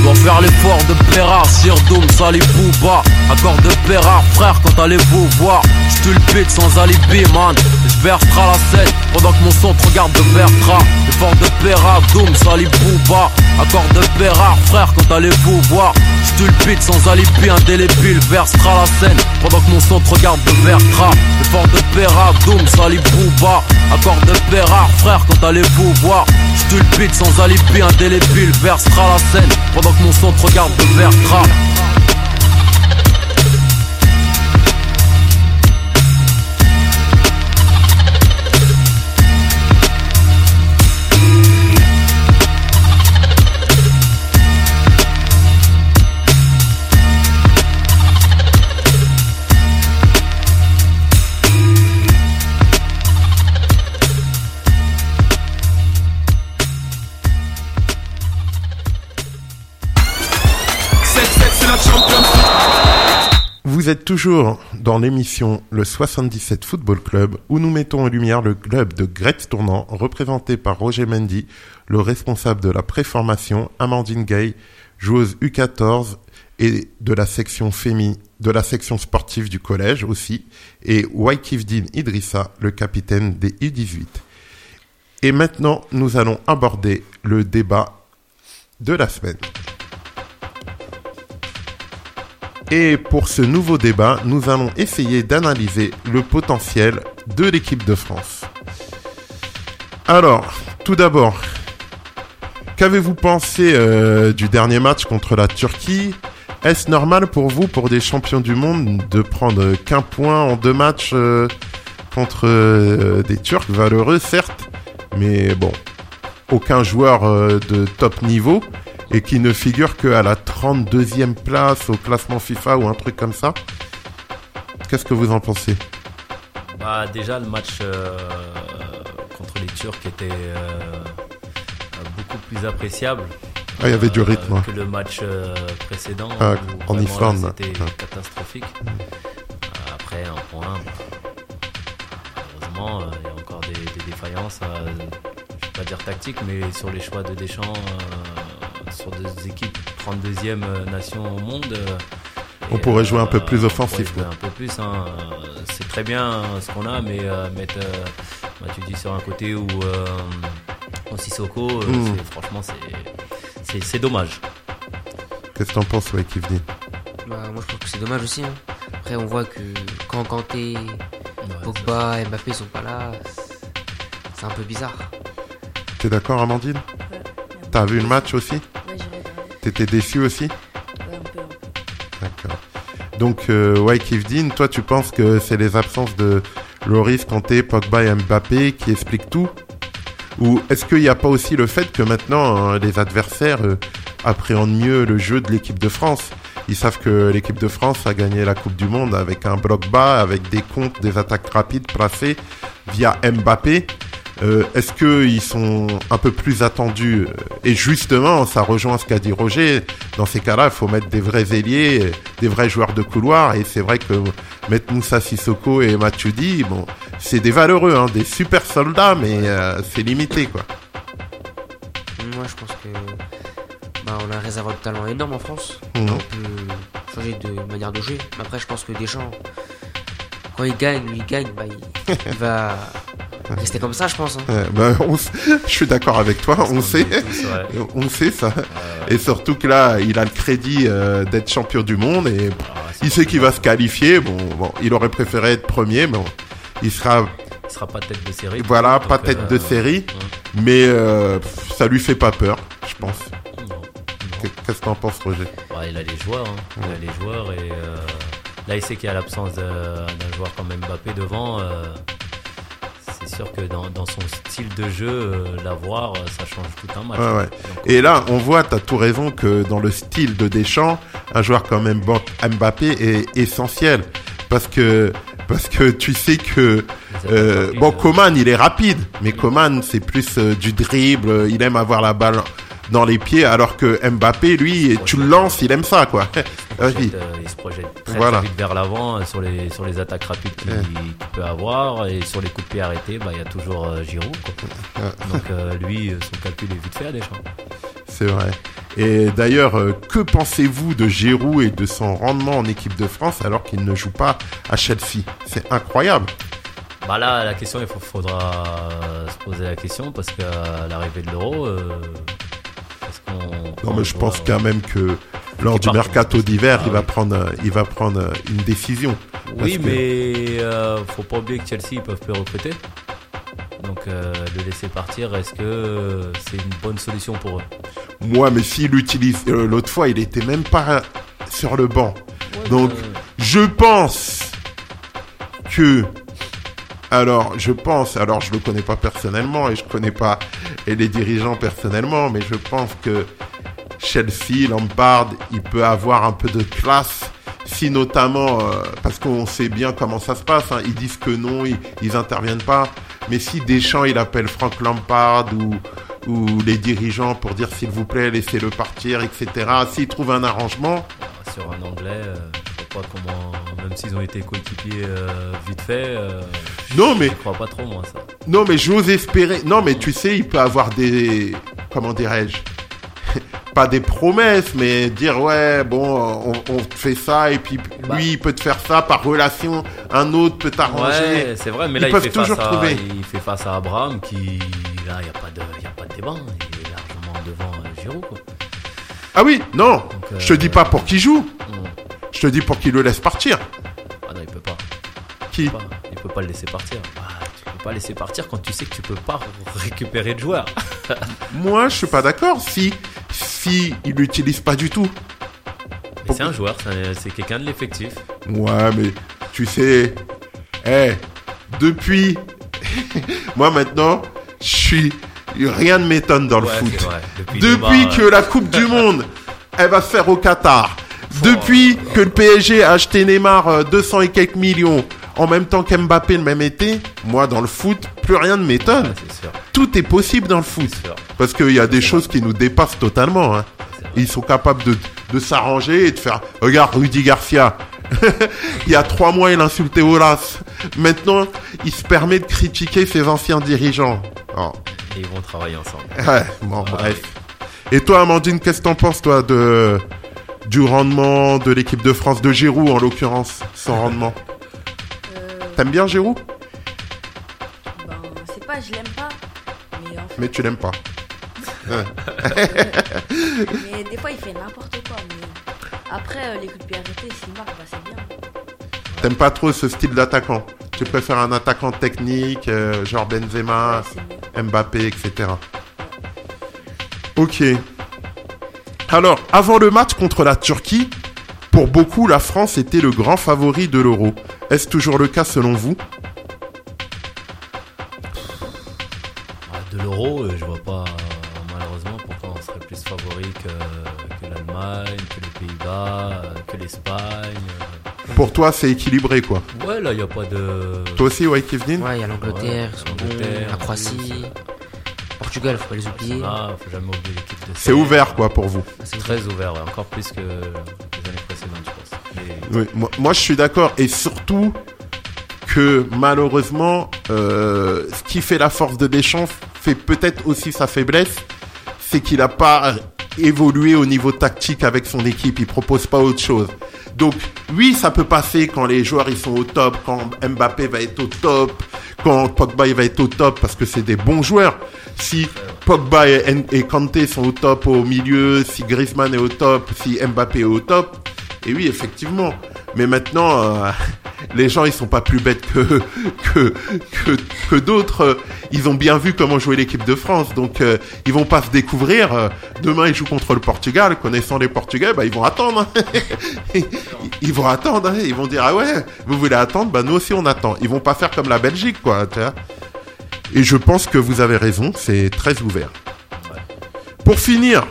Dois faire l'effort de Bérard, Sirdoum, Sali Bouba. Accord de Bérard, frère, quand allez-vous voir? J'tulpite sans alibi, man. J'versera la scène pendant que mon son te regarde de Bertra. L'effort de Bérard, Doum, Sali Bouba. Accord de Bérard, frère, quand allez-vous voir? J'tulpite sans alibi, indélébile. Versera la scène pendant que mon son te regarde de Bertra. L'effort de Bérard, Doum, Sali Bouba. Accord de Bérard, frère, quand allez-vous voir? J'tulpite sans alibi, indélébile. Versera la scène pendant que mon son te regarde de Bertra. Vous êtes toujours dans l'émission Le soixante-dix-sept Football Club où nous mettons en lumière le club de Gretz Tournant représenté par Roger Mendy, le responsable de la préformation, Amandine Gay, joueuse U quatorze et de la section fémi, de la section sportive du collège aussi, et Waikifdine Idrissa, le capitaine des U dix-huit. Et maintenant, nous allons aborder le débat de la semaine. Et pour ce nouveau débat, nous allons essayer d'analyser le potentiel de l'équipe de France. Alors, tout d'abord, qu'avez-vous pensé euh, du dernier match contre la Turquie ? Est-ce normal pour vous, pour des champions du monde, de prendre qu'un point en deux matchs euh, contre euh, des Turcs valeureux, certes, mais bon, aucun joueur euh, de top niveau et qui ne figure qu'à la trente-deuxième place au classement FIFA ou un truc comme ça. Qu'est-ce que vous en pensez ? Bah, déjà, le match euh, contre les Turcs était euh, beaucoup plus appréciable. Ah, il y avait du rythme. Euh, que le match euh, précédent. Ah, en Islande. Là, c'était ah. catastrophique. Mm. Euh, après, un point. Bah, heureusement, il euh, y a encore des, des défaillances. Euh, je ne vais pas dire tactiques, mais sur les choix de Deschamps. Euh, sur deux équipes, trente-deuxième nation au monde. Euh, on pourrait jouer un peu plus offensif. Un peu plus, hein. C'est très bien hein, ce qu'on a, mais euh, mettre, euh, bah, tu dis sur un côté où euh, au Sissoko, euh, mm. c'est, franchement, c'est, c'est, c'est dommage. Qu'est-ce que t'en penses, ouais, Kivdi ? Bah, moi, je trouve que c'est dommage aussi. Hein. Après, on voit que quand Kanté, ouais, Pogba et Mbappé sont pas là, c'est un peu bizarre. T'es d'accord, Amandine ? Ouais. T'as vu le match aussi ? Ouais, j'ai regardé. T'étais déçu aussi ? Ouais, un peu, un peu. D'accord. Donc, euh, ouais, Kivdine, toi, tu penses que c'est les absences de Lloris, Kanté, Pogba et Mbappé qui expliquent tout ? Ou est-ce qu'il n'y a pas aussi le fait que maintenant, hein, les adversaires euh, appréhendent mieux le jeu de l'équipe de France ? Ils savent que l'équipe de France a gagné la Coupe du Monde avec un bloc bas, avec des comptes, des attaques rapides placées via Mbappé. Euh, est-ce qu'ils sont un peu plus attendus ? Et justement, ça rejoint ce qu'a dit Roger. Dans ces cas-là, il faut mettre des vrais ailiers, des vrais joueurs de couloir. Et c'est vrai que mettre Moussa Sissoko et Matuidi, bon, c'est des valeureux, hein, des super soldats, mais euh, c'est limité, quoi. Moi, je pense que bah, on a un réservoir de talent énorme en France. Mmh. On peut changer de manière de jouer. Mais après, je pense que Deschamps, quand il gagne, il gagne, bah, il, il va rester comme ça, je pense. Hein. Ouais, bah, on, je suis d'accord avec toi, on sait, tous, ouais. on sait ça. Euh... Et surtout que là, il a le crédit euh, d'être champion du monde et ah, il sait qu'il va se qualifier. Bon, bon, il aurait préféré être premier, mais bon, il sera. Il sera pas tête de série. Voilà, pas tête euh, de série, ouais. mais euh, ça lui fait pas peur, je pense. Non, non. Qu'est-ce que t'en penses, Roger ? Ouais, il a les joueurs, hein. ouais. il a les joueurs et euh, là, il sait qu'il y a l'absence de, d'un joueur comme Mbappé devant. Euh, C'est sûr que dans, dans son style de jeu, euh, l'avoir, ça change tout un match. Ouais, ouais. Donc, et là, on voit, tu as tout raison, que dans le style de Deschamps, un joueur comme Mbappé est essentiel. Parce que, parce que tu sais que... Euh, bon, Coman, il est rapide, mais Coman, c'est plus euh, du dribble, il aime avoir la balle dans les pieds, alors que Mbappé, lui, tu le lances, il aime ça, quoi. Il se projette, euh, il se projette très, voilà. très vite vers l'avant euh, sur les, sur les attaques rapides qu'il, ouais. qu'il peut avoir, et sur les coups de pied arrêtés, bah, il y a toujours euh, Giroud, quoi. Ouais. Donc euh, lui, son calcul est vite fait à Deschamps. C'est vrai. Et d'ailleurs, euh, que pensez-vous de Giroud et de son rendement en équipe de France alors qu'il ne joue pas à Chelsea? C'est incroyable. Bah là, la question, il faut, faudra se poser la question parce qu'à l'arrivée de l'Euro, euh, est-ce qu'on... Non, mais je pense quand même que lors du part, mercato d'hiver, ah, il va oui. prendre, il va prendre une décision. Oui, que... mais euh, faut pas oublier que Chelsea ils peuvent plus recruter. Donc euh, le laisser partir, est-ce que euh, c'est une bonne solution pour eux? Moi, mais s'il utilise euh, l'autre fois, il était même pas sur le banc. Ouais, Donc, mais... je pense que Alors, je pense, alors je le connais pas personnellement et je connais pas et les dirigeants personnellement, mais je pense que Chelsea, Lampard, il peut avoir un peu de classe si notamment, euh, parce qu'on sait bien comment ça se passe, hein, ils disent que non, ils, ils interviennent pas, mais si Deschamps, il appelle Frank Lampard ou, ou les dirigeants pour dire s'il vous plaît, laissez-le partir, et cetera, s'ils trouvent un arrangement... Sur un Anglais, euh, je ne sais pas comment, même s'ils ont été coéquipiers euh, vite fait, euh, non, mais, je ne crois pas trop moi ça. Non mais j'ose espérer, non mais tu sais, il peut avoir des, comment dirais-je, pas des promesses, mais dire ouais, bon, on, on fait ça et puis bah. lui il peut te faire ça par relation, un autre peut t'arranger. Ouais, c'est vrai, mais là ils il peuvent fait, toujours face à, trouver. il fait face à Abraham qui, là il n'y a pas de, il y a pas de débat, il est largement devant euh, Giroud quoi. Ah oui, non, Donc, euh, je te dis pas pour qu'il joue, hmm. je te dis pour qu'il le laisse partir. Ah non, il peut pas. Qui Il peut pas, il peut pas le laisser partir. Bah, tu peux pas laisser partir quand tu sais que tu peux pas récupérer de joueurs. Moi, je suis pas d'accord. Si, si il l'utilise pas du tout. Mais c'est un joueur, c'est, c'est quelqu'un de l'effectif. Ouais, mais tu sais, eh, depuis, moi maintenant, je suis, rien ne m'étonne dans le Ouais, foot. c'est vrai. Depuis, Depuis Neymar, que euh, la Coupe du Monde, elle va se faire au Qatar. Depuis que le P S G a acheté Neymar euh, deux cents et quelques millions, en même temps qu'Mbappé le même été, moi dans le foot, plus rien ne m'étonne. ouais, c'est sûr. Tout est possible dans le foot. C'est sûr. Parce qu'il y a des choses qui nous dépassent totalement. Hein. C'est vrai. Ils sont capables de, de s'arranger et de faire... Regarde, Rudy Garcia. Il y a trois mois, il insultait Olas. Maintenant, il se permet de critiquer ses anciens dirigeants. Oh. Et ils vont travailler ensemble. Ouais, bon, bref. Et toi, Amandine, qu'est-ce que t'en penses, toi, de... du rendement de l'équipe de France, de Giroud, en l'occurrence, son rendement? Euh, T'aimes bien Giroud? ben, c'est pas, je l'aime pas. Mais, en fait, Mais tu l'aimes pas. Ouais. mais des fois, il fait n'importe quoi. Mais après, euh, les coups de pied arrêtés, s'il marque, bah, c'est bien. T'aimes pas trop ce style d'attaquant? Tu préfères un attaquant technique, euh, genre Benzema, Ouais, c'est mieux. Mbappé, et cetera. Ok. Alors, avant le match contre la Turquie, pour beaucoup, la France était le grand favori de l'Euro. Est-ce toujours le cas selon vous? De l'Euro, euh, je vois pas, euh, malheureusement, pourquoi on serait plus favori que, que l'Allemagne, que les Pays-Bas, euh, que l'Espagne. euh. Pour toi, c'est équilibré, quoi. Ouais, là, il n'y a pas de... Toi aussi, ouais, Kevin? Ouais, il y a l'Angleterre, Ouais, ils sont bons, l'Angleterre, la Croatie, Portugal, faut pas les oublier. Ah, faut jamais oublier l'équipe de C'est ouvert, quoi, pour vous. C'est très ouvert, ouais, encore plus que les années précédentes, je pense. Mais... Oui, moi, moi, je suis d'accord. Et surtout que, malheureusement, euh, ce qui fait la force de Deschamps fait peut-être aussi sa faiblesse, c'est qu'il n'a pas évolué au niveau tactique avec son équipe. Il propose pas autre chose. Donc, oui, ça peut passer quand les joueurs ils sont au top, quand Mbappé va être au top, quand Pogba il va être au top, parce que c'est des bons joueurs. Si Pogba et, et Kanté sont au top au milieu, si Griezmann est au top, si Mbappé est au top, et oui, effectivement. Mais maintenant, euh, les gens, ils sont pas plus bêtes que que que, que d'autres. Ils ont bien vu comment jouer l'équipe de France, donc euh, ils vont pas se découvrir. Demain, ils jouent contre le Portugal. Connaissant les Portugais, bah ils vont attendre. Hein. Ils vont attendre. Hein. Ils vont dire ah ouais, vous voulez attendre, bah nous aussi on attend. Ils vont pas faire comme la Belgique, quoi. Tu vois. Et je pense que vous avez raison. C'est très ouvert. Pour finir.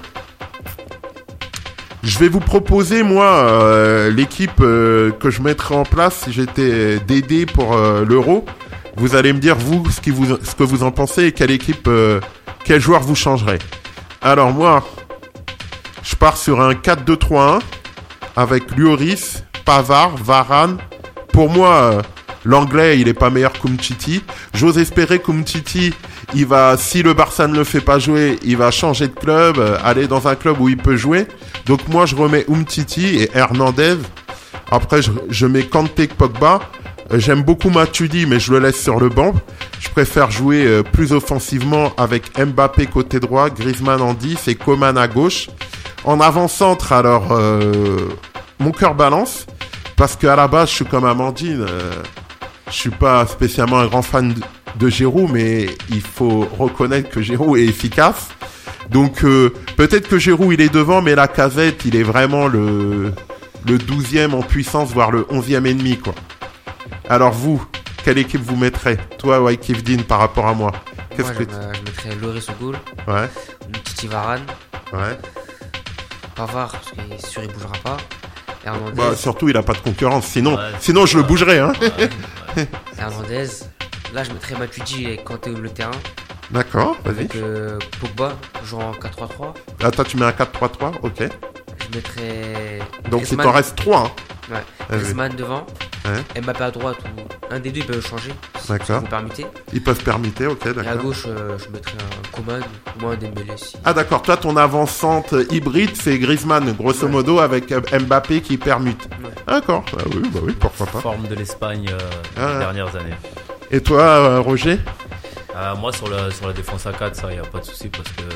Je vais vous proposer, moi, euh, l'équipe euh, que je mettrai en place si j'étais Dédé pour euh, l'Euro. Vous allez me dire, vous, ce, qui vous, ce que vous en pensez et quelle équipe, euh, quel joueur vous changerez. Alors, moi, je pars sur un quatre deux trois un avec Lloris, Pavard, Varane. Pour moi, euh, L'anglais, il est pas meilleur qu'Umtiti. J'ose espérer qu'Umtiti, il va, si le Barça ne le fait pas jouer, il va changer de club, euh, aller dans un club où il peut jouer. Donc moi, je remets Umtiti et Hernandez. Après, je, je mets Kanté que Pogba. Euh, j'aime beaucoup Matuidi, mais je le laisse sur le banc. Je préfère jouer euh, plus offensivement avec Mbappé côté droit, Griezmann en dix et Coman à gauche. En avant-centre, alors, euh, mon cœur balance. Parce qu'à la base, je suis comme Amandine. Euh, je suis pas spécialement un grand fan de, de Giroud, mais il faut reconnaître que Giroud est efficace. Donc, euh, peut-être que Giroud, il est devant, mais Lacazette, il est vraiment le, le douzième en puissance, voire le onzième ennemi, quoi. Alors vous, quelle équipe vous mettrez? Toi, Waikifdin, par rapport à moi. Qu'est-ce moi, que je, me- je mettrais Loris au goal, Ouais, Titi Varane, ouais. Pavard, parce qu'il est sûr il bougera pas. Hernandez, Bah, surtout, il a pas de concurrence. Sinon, Ouais, sinon je le bougerai, hein. Ouais, ouais. Hernandez. Là, je mettrais Matuidi et Kanté au milieu de terrain. D'accord, vas-y. Avec euh, Pogba, jouant en quatre trois trois. Ah, toi, tu mets un quatre trois trois, ok. Je mettrais. Donc, il Griezmann. t'en reste trois, hein. Ouais. Vas-y. Griezmann devant. Ouais. Mbappé à droite ou un des deux, ils peuvent changer. Si D'accord. vous permettez. Ils peuvent permettre, ok, Et à d'accord. gauche, euh, je mettrais un Coman ou moins un Dembélé. Si. Ah, d'accord. Toi, ton avant-centre hybride, c'est Griezmann, grosso Ouais. modo, avec euh, Mbappé qui permute. Ouais. D'accord. Ah oui, bah oui, pourquoi pas. Forme de l'Espagne euh, Ah. les dernières années. Et toi, euh, Roger? Euh, moi, sur, le, sur la défense à quatre, ça, il n'y a pas de souci parce que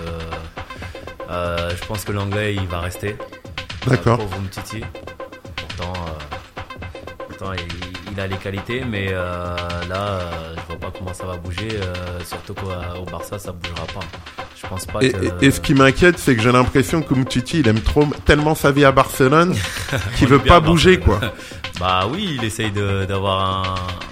euh, je pense que l'anglais, il va rester. D'accord. Euh, pauvre Umtiti. Pourtant, euh, pourtant il, il a les qualités, mais euh, là, euh, je vois pas comment ça va bouger. Euh, surtout qu'au Barça, ça bougera pas. Je pense pas Et, que. et- et ce qui m'inquiète, c'est que j'ai l'impression que Umtiti, il aime trop, tellement sa vie à Barcelone qu'il On veut est bien pas à bouger, quoi. Barcelone. Bah oui, il essaye de, d'avoir un,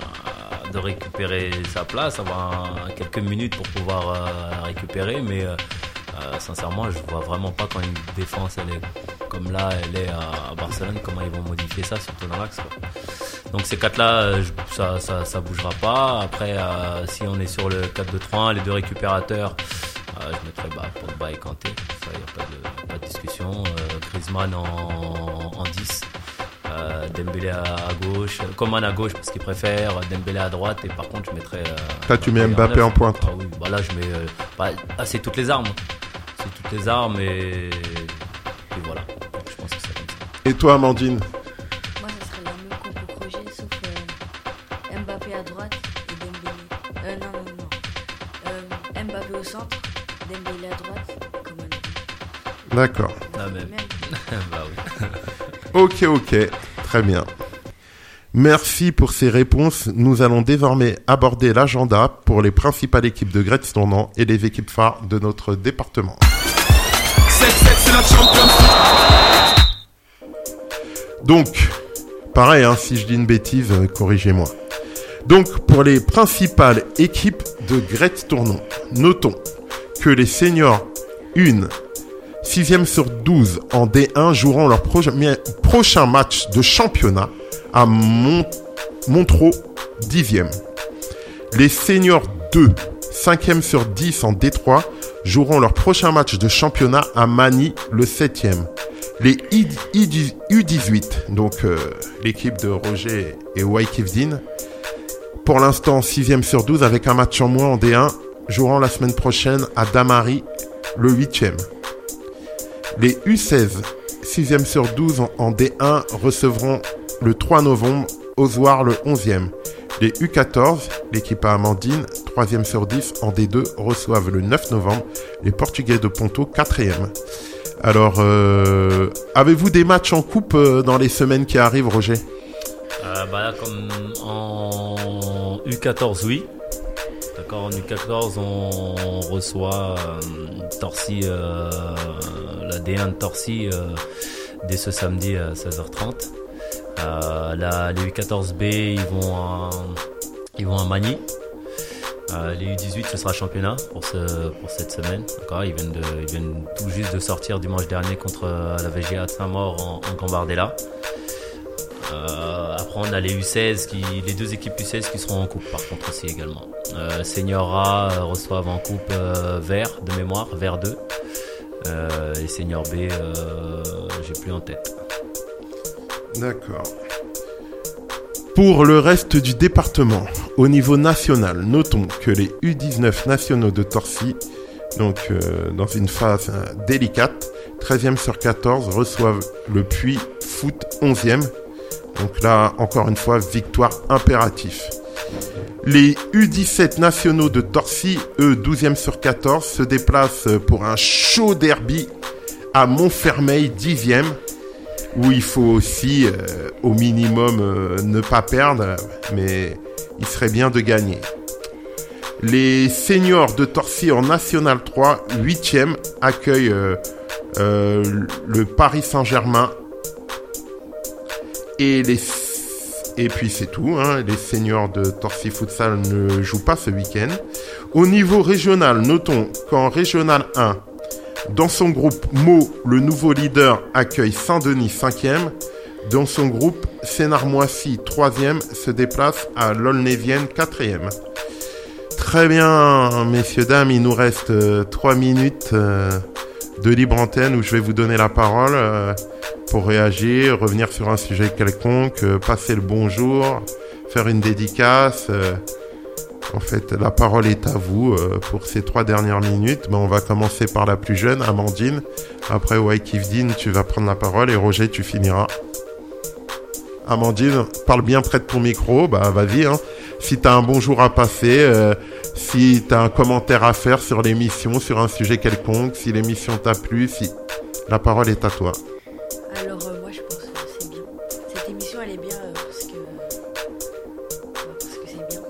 de récupérer sa place, avoir un- quelques minutes pour pouvoir euh, la récupérer, mais euh, euh, sincèrement, je vois vraiment pas quand une défense elle est comme là, elle est à, à Barcelone, comment ils vont modifier ça, surtout dans l'axe, quoi. Donc ces quatre-là, euh, je- ça, ça, ça bougera pas. Après, euh, si on est sur le quatre deux trois un, les deux récupérateurs, euh, je mettrais bah, Pogba et Kanté, ça y a pas de, pas de discussion. Euh, Griezmann en, en dix. Euh, Dembélé à, à gauche, Coman à gauche parce qu'il préfère, Dembélé à droite, et par contre je mettrais. Euh, Là, tu mets Mbappé neuf. en pointe. Ah oui, bah là je mets. Euh, bah, ah, c'est toutes les armes. C'est toutes les armes et, et voilà. Donc, je pense que c'est comme ça. Et toi, Amandine? Moi, ça serait la même compo que Roger, sauf euh, Mbappé à droite et Dembélé. Euh, non, non, non. Euh, Mbappé au centre, Dembélé à droite, Coman. D'accord. La même. Même. Bah oui. Ok, ok. Très bien. Merci pour ces réponses. Nous allons désormais aborder l'agenda pour les principales équipes de Gretz Tournant et les équipes phares de notre département. sept sept, c'est la Champions League. Donc, pareil, hein, si je dis une bêtise, euh, corrigez-moi. Donc, pour les principales équipes de Gretz Tournant, notons que les seniors un, sixième sur douze en D un joueront leur proje- prochain match de championnat à Mont- Montreux dixième. Les seniors deux, cinquième sur dix en D trois joueront leur prochain match de championnat à Manille le septième. Les I- I- U dix-huit, donc euh, l'équipe de Roger et Waikifdin, pour l'instant sixième sur douze avec un match en moins en D un, joueront la semaine prochaine à Damary le huitième. Les U seize, sixième sur douze en, en D un, recevront le trois novembre Ozoir le onzième. Les U quatorze, l'équipe à Amandine, troisième sur dix en D deux, reçoivent le neuf novembre les Portugais de Ponto, quatrième. Alors, euh, avez-vous des matchs en coupe euh, dans les semaines qui arrivent, Roger? Euh, bah là, comme en U quatorze, oui. D'accord, en U quatorze, on, on reçoit euh, Torcy, euh, la D un de Torcy euh, dès ce samedi à seize heures trente. Euh, là, les U quatorze B, ils vont à, ils vont à Manille. Euh, les U dix-huit, ce sera championnat pour, ce, pour cette semaine. D'accord, ils, viennent de, ils viennent tout juste de sortir dimanche dernier contre euh, la V G A de Saint-Maur en, en Gambardella. Euh, après, on a les U seize, qui, les deux équipes U seize qui seront en coupe par contre aussi également. Euh, Senior A euh, reçoivent en coupe euh, vert de mémoire, vert deux. Euh, et Senior B, euh, j'ai plus en tête. D'accord. Pour le reste du département, au niveau national, notons que les U dix-neuf nationaux de Torcy, donc euh, dans une phase euh, délicate, treizième sur quatorze, reçoivent le Puy Foot onzième. Donc là, encore une fois, victoire impérative. Les U dix-sept nationaux de Torcy, eux, douzième sur quatorze, se déplacent pour un chaud derby à Montfermeil, dixième, où il faut aussi, euh, au minimum, euh, ne pas perdre, mais il serait bien de gagner. Les seniors de Torcy en National trois, huitième, accueillent euh, euh, le Paris Saint-Germain. Et, les... Et puis c'est tout, hein. Les seniors de Torcy Futsal ne jouent pas ce week-end. Au niveau régional, notons qu'en Régional un, dans son groupe Meaux, le nouveau leader accueille Saint-Denis cinquième. Dans son groupe, Sénart-Moissy troisième se déplace à l'Aulnésienne quatrième. Très bien, messieurs, dames, il nous reste euh, trois minutes euh, de libre antenne où je vais vous donner la parole euh, pour réagir, revenir sur un sujet quelconque, euh, passer le bonjour, faire une dédicace. Euh, en fait, la parole est à vous euh, pour ces trois dernières minutes. Ben, on va commencer par la plus jeune, Amandine. Après, Waikifdine, tu vas prendre la parole et Roger, tu finiras. Amandine, parle bien près de ton micro, bah vas-y, hein. Si t'as un bonjour à passer, euh, si t'as un commentaire à faire sur l'émission, sur un sujet quelconque, si l'émission t'a plu, si... La parole est à toi. Alors euh, moi je pense que c'est bien. Cette émission elle est bien euh, parce que euh, parce que c'est bien.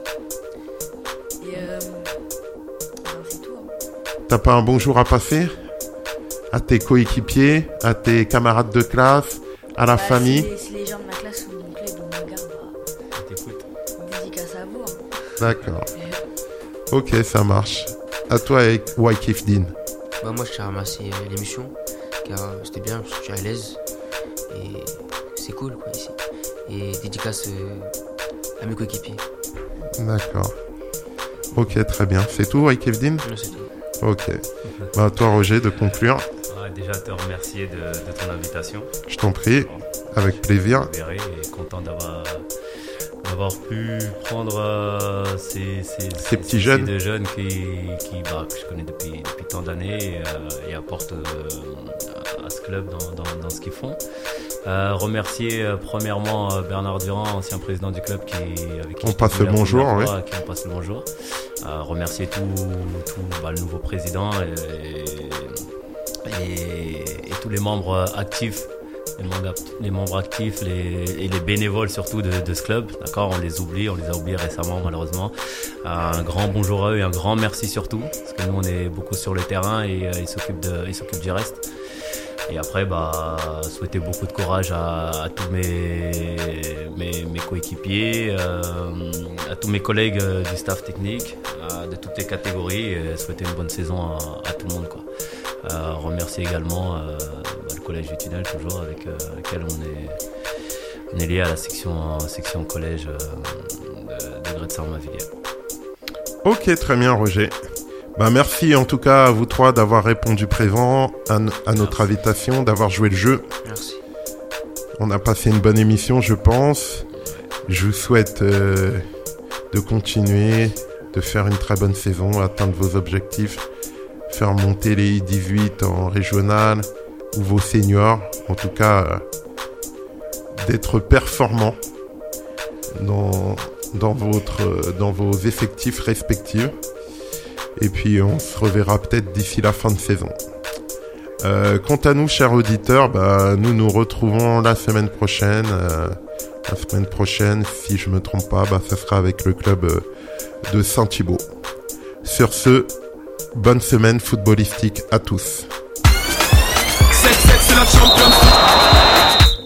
Et euh, ben, c'est tout. Hein. T'as pas un bonjour à passer à tes coéquipiers, à tes camarades de classe, à la bah, famille? Si les, si les gens de ma classe ou de mon club ou me regardent, bah, T'écoutes. dédicace à vous. Hein. D'accord. Ok, ça marche. À toi avec Waikifdine. Bah moi je tiens à remercier euh, l'émission car euh, c'était bien, je suis à l'aise et c'est cool quoi ici. Et dédicace euh, à mes coéquipiers. D'accord. Ok, très bien. C'est tout, Waikifdine? Non, c'est tout. Ok. Bah, à toi, Roger, de conclure. Ouais, déjà te remercier de, de ton invitation. Je t'en prie, avec plaisir. Et content d'avoir d'avoir pu prendre euh, ces, ces, ces, ces petits jeunes, ces deux jeunes qui, qui bah, que je connais depuis, depuis tant d'années et, euh, et apportent euh, à ce club dans, dans, dans ce qu'ils font. Euh, remercier euh, premièrement euh, Bernard Durand, ancien président du club, qui avec qui on passe le bonjour, oui. Fois, qui on passe le bonjour. Euh, remercier tout, tout bah, le nouveau président et, et, et tous les membres actifs. Les membres, les membres actifs les, et les bénévoles surtout de, de ce club, d'accord, on les oublie, on les a oubliés récemment malheureusement. Un grand bonjour à eux et un grand merci surtout, parce que nous on est beaucoup sur le terrain et euh, ils s'occupent de, ils s'occupent du reste. Et après, bah, souhaiter beaucoup de courage à, à tous mes, mes, mes coéquipiers, euh, à tous mes collègues euh, du staff technique, euh, de toutes les catégories, et souhaiter une bonne saison à, à tout le monde, quoi. Euh, remercier également euh, bah, le collège du Tunnel, toujours avec euh, lequel on est, on est lié à la section, section collège euh, de, de Grette-Sarmavilliers. Ok, très bien, Roger. Bah, merci en tout cas à vous trois d'avoir répondu présent à, n- à notre merci. invitation, d'avoir joué le jeu. Merci. On a passé une bonne émission, je pense. Je vous souhaite euh, de continuer, de faire une très bonne saison, atteindre vos objectifs, faire monter les U dix-huit en régional ou vos seniors. En tout cas, euh, d'être performants dans, dans, votre, dans vos effectifs respectifs. Et puis on se reverra peut-être d'ici la fin de saison. Euh, quant à nous, chers auditeurs, bah, nous nous retrouvons la semaine prochaine. Euh, la semaine prochaine, si je me trompe pas, bah, ça sera avec le club euh, de Saint-Thibault. Sur ce, bonne semaine footballistique à tous. sept sept, c'est la Champions League.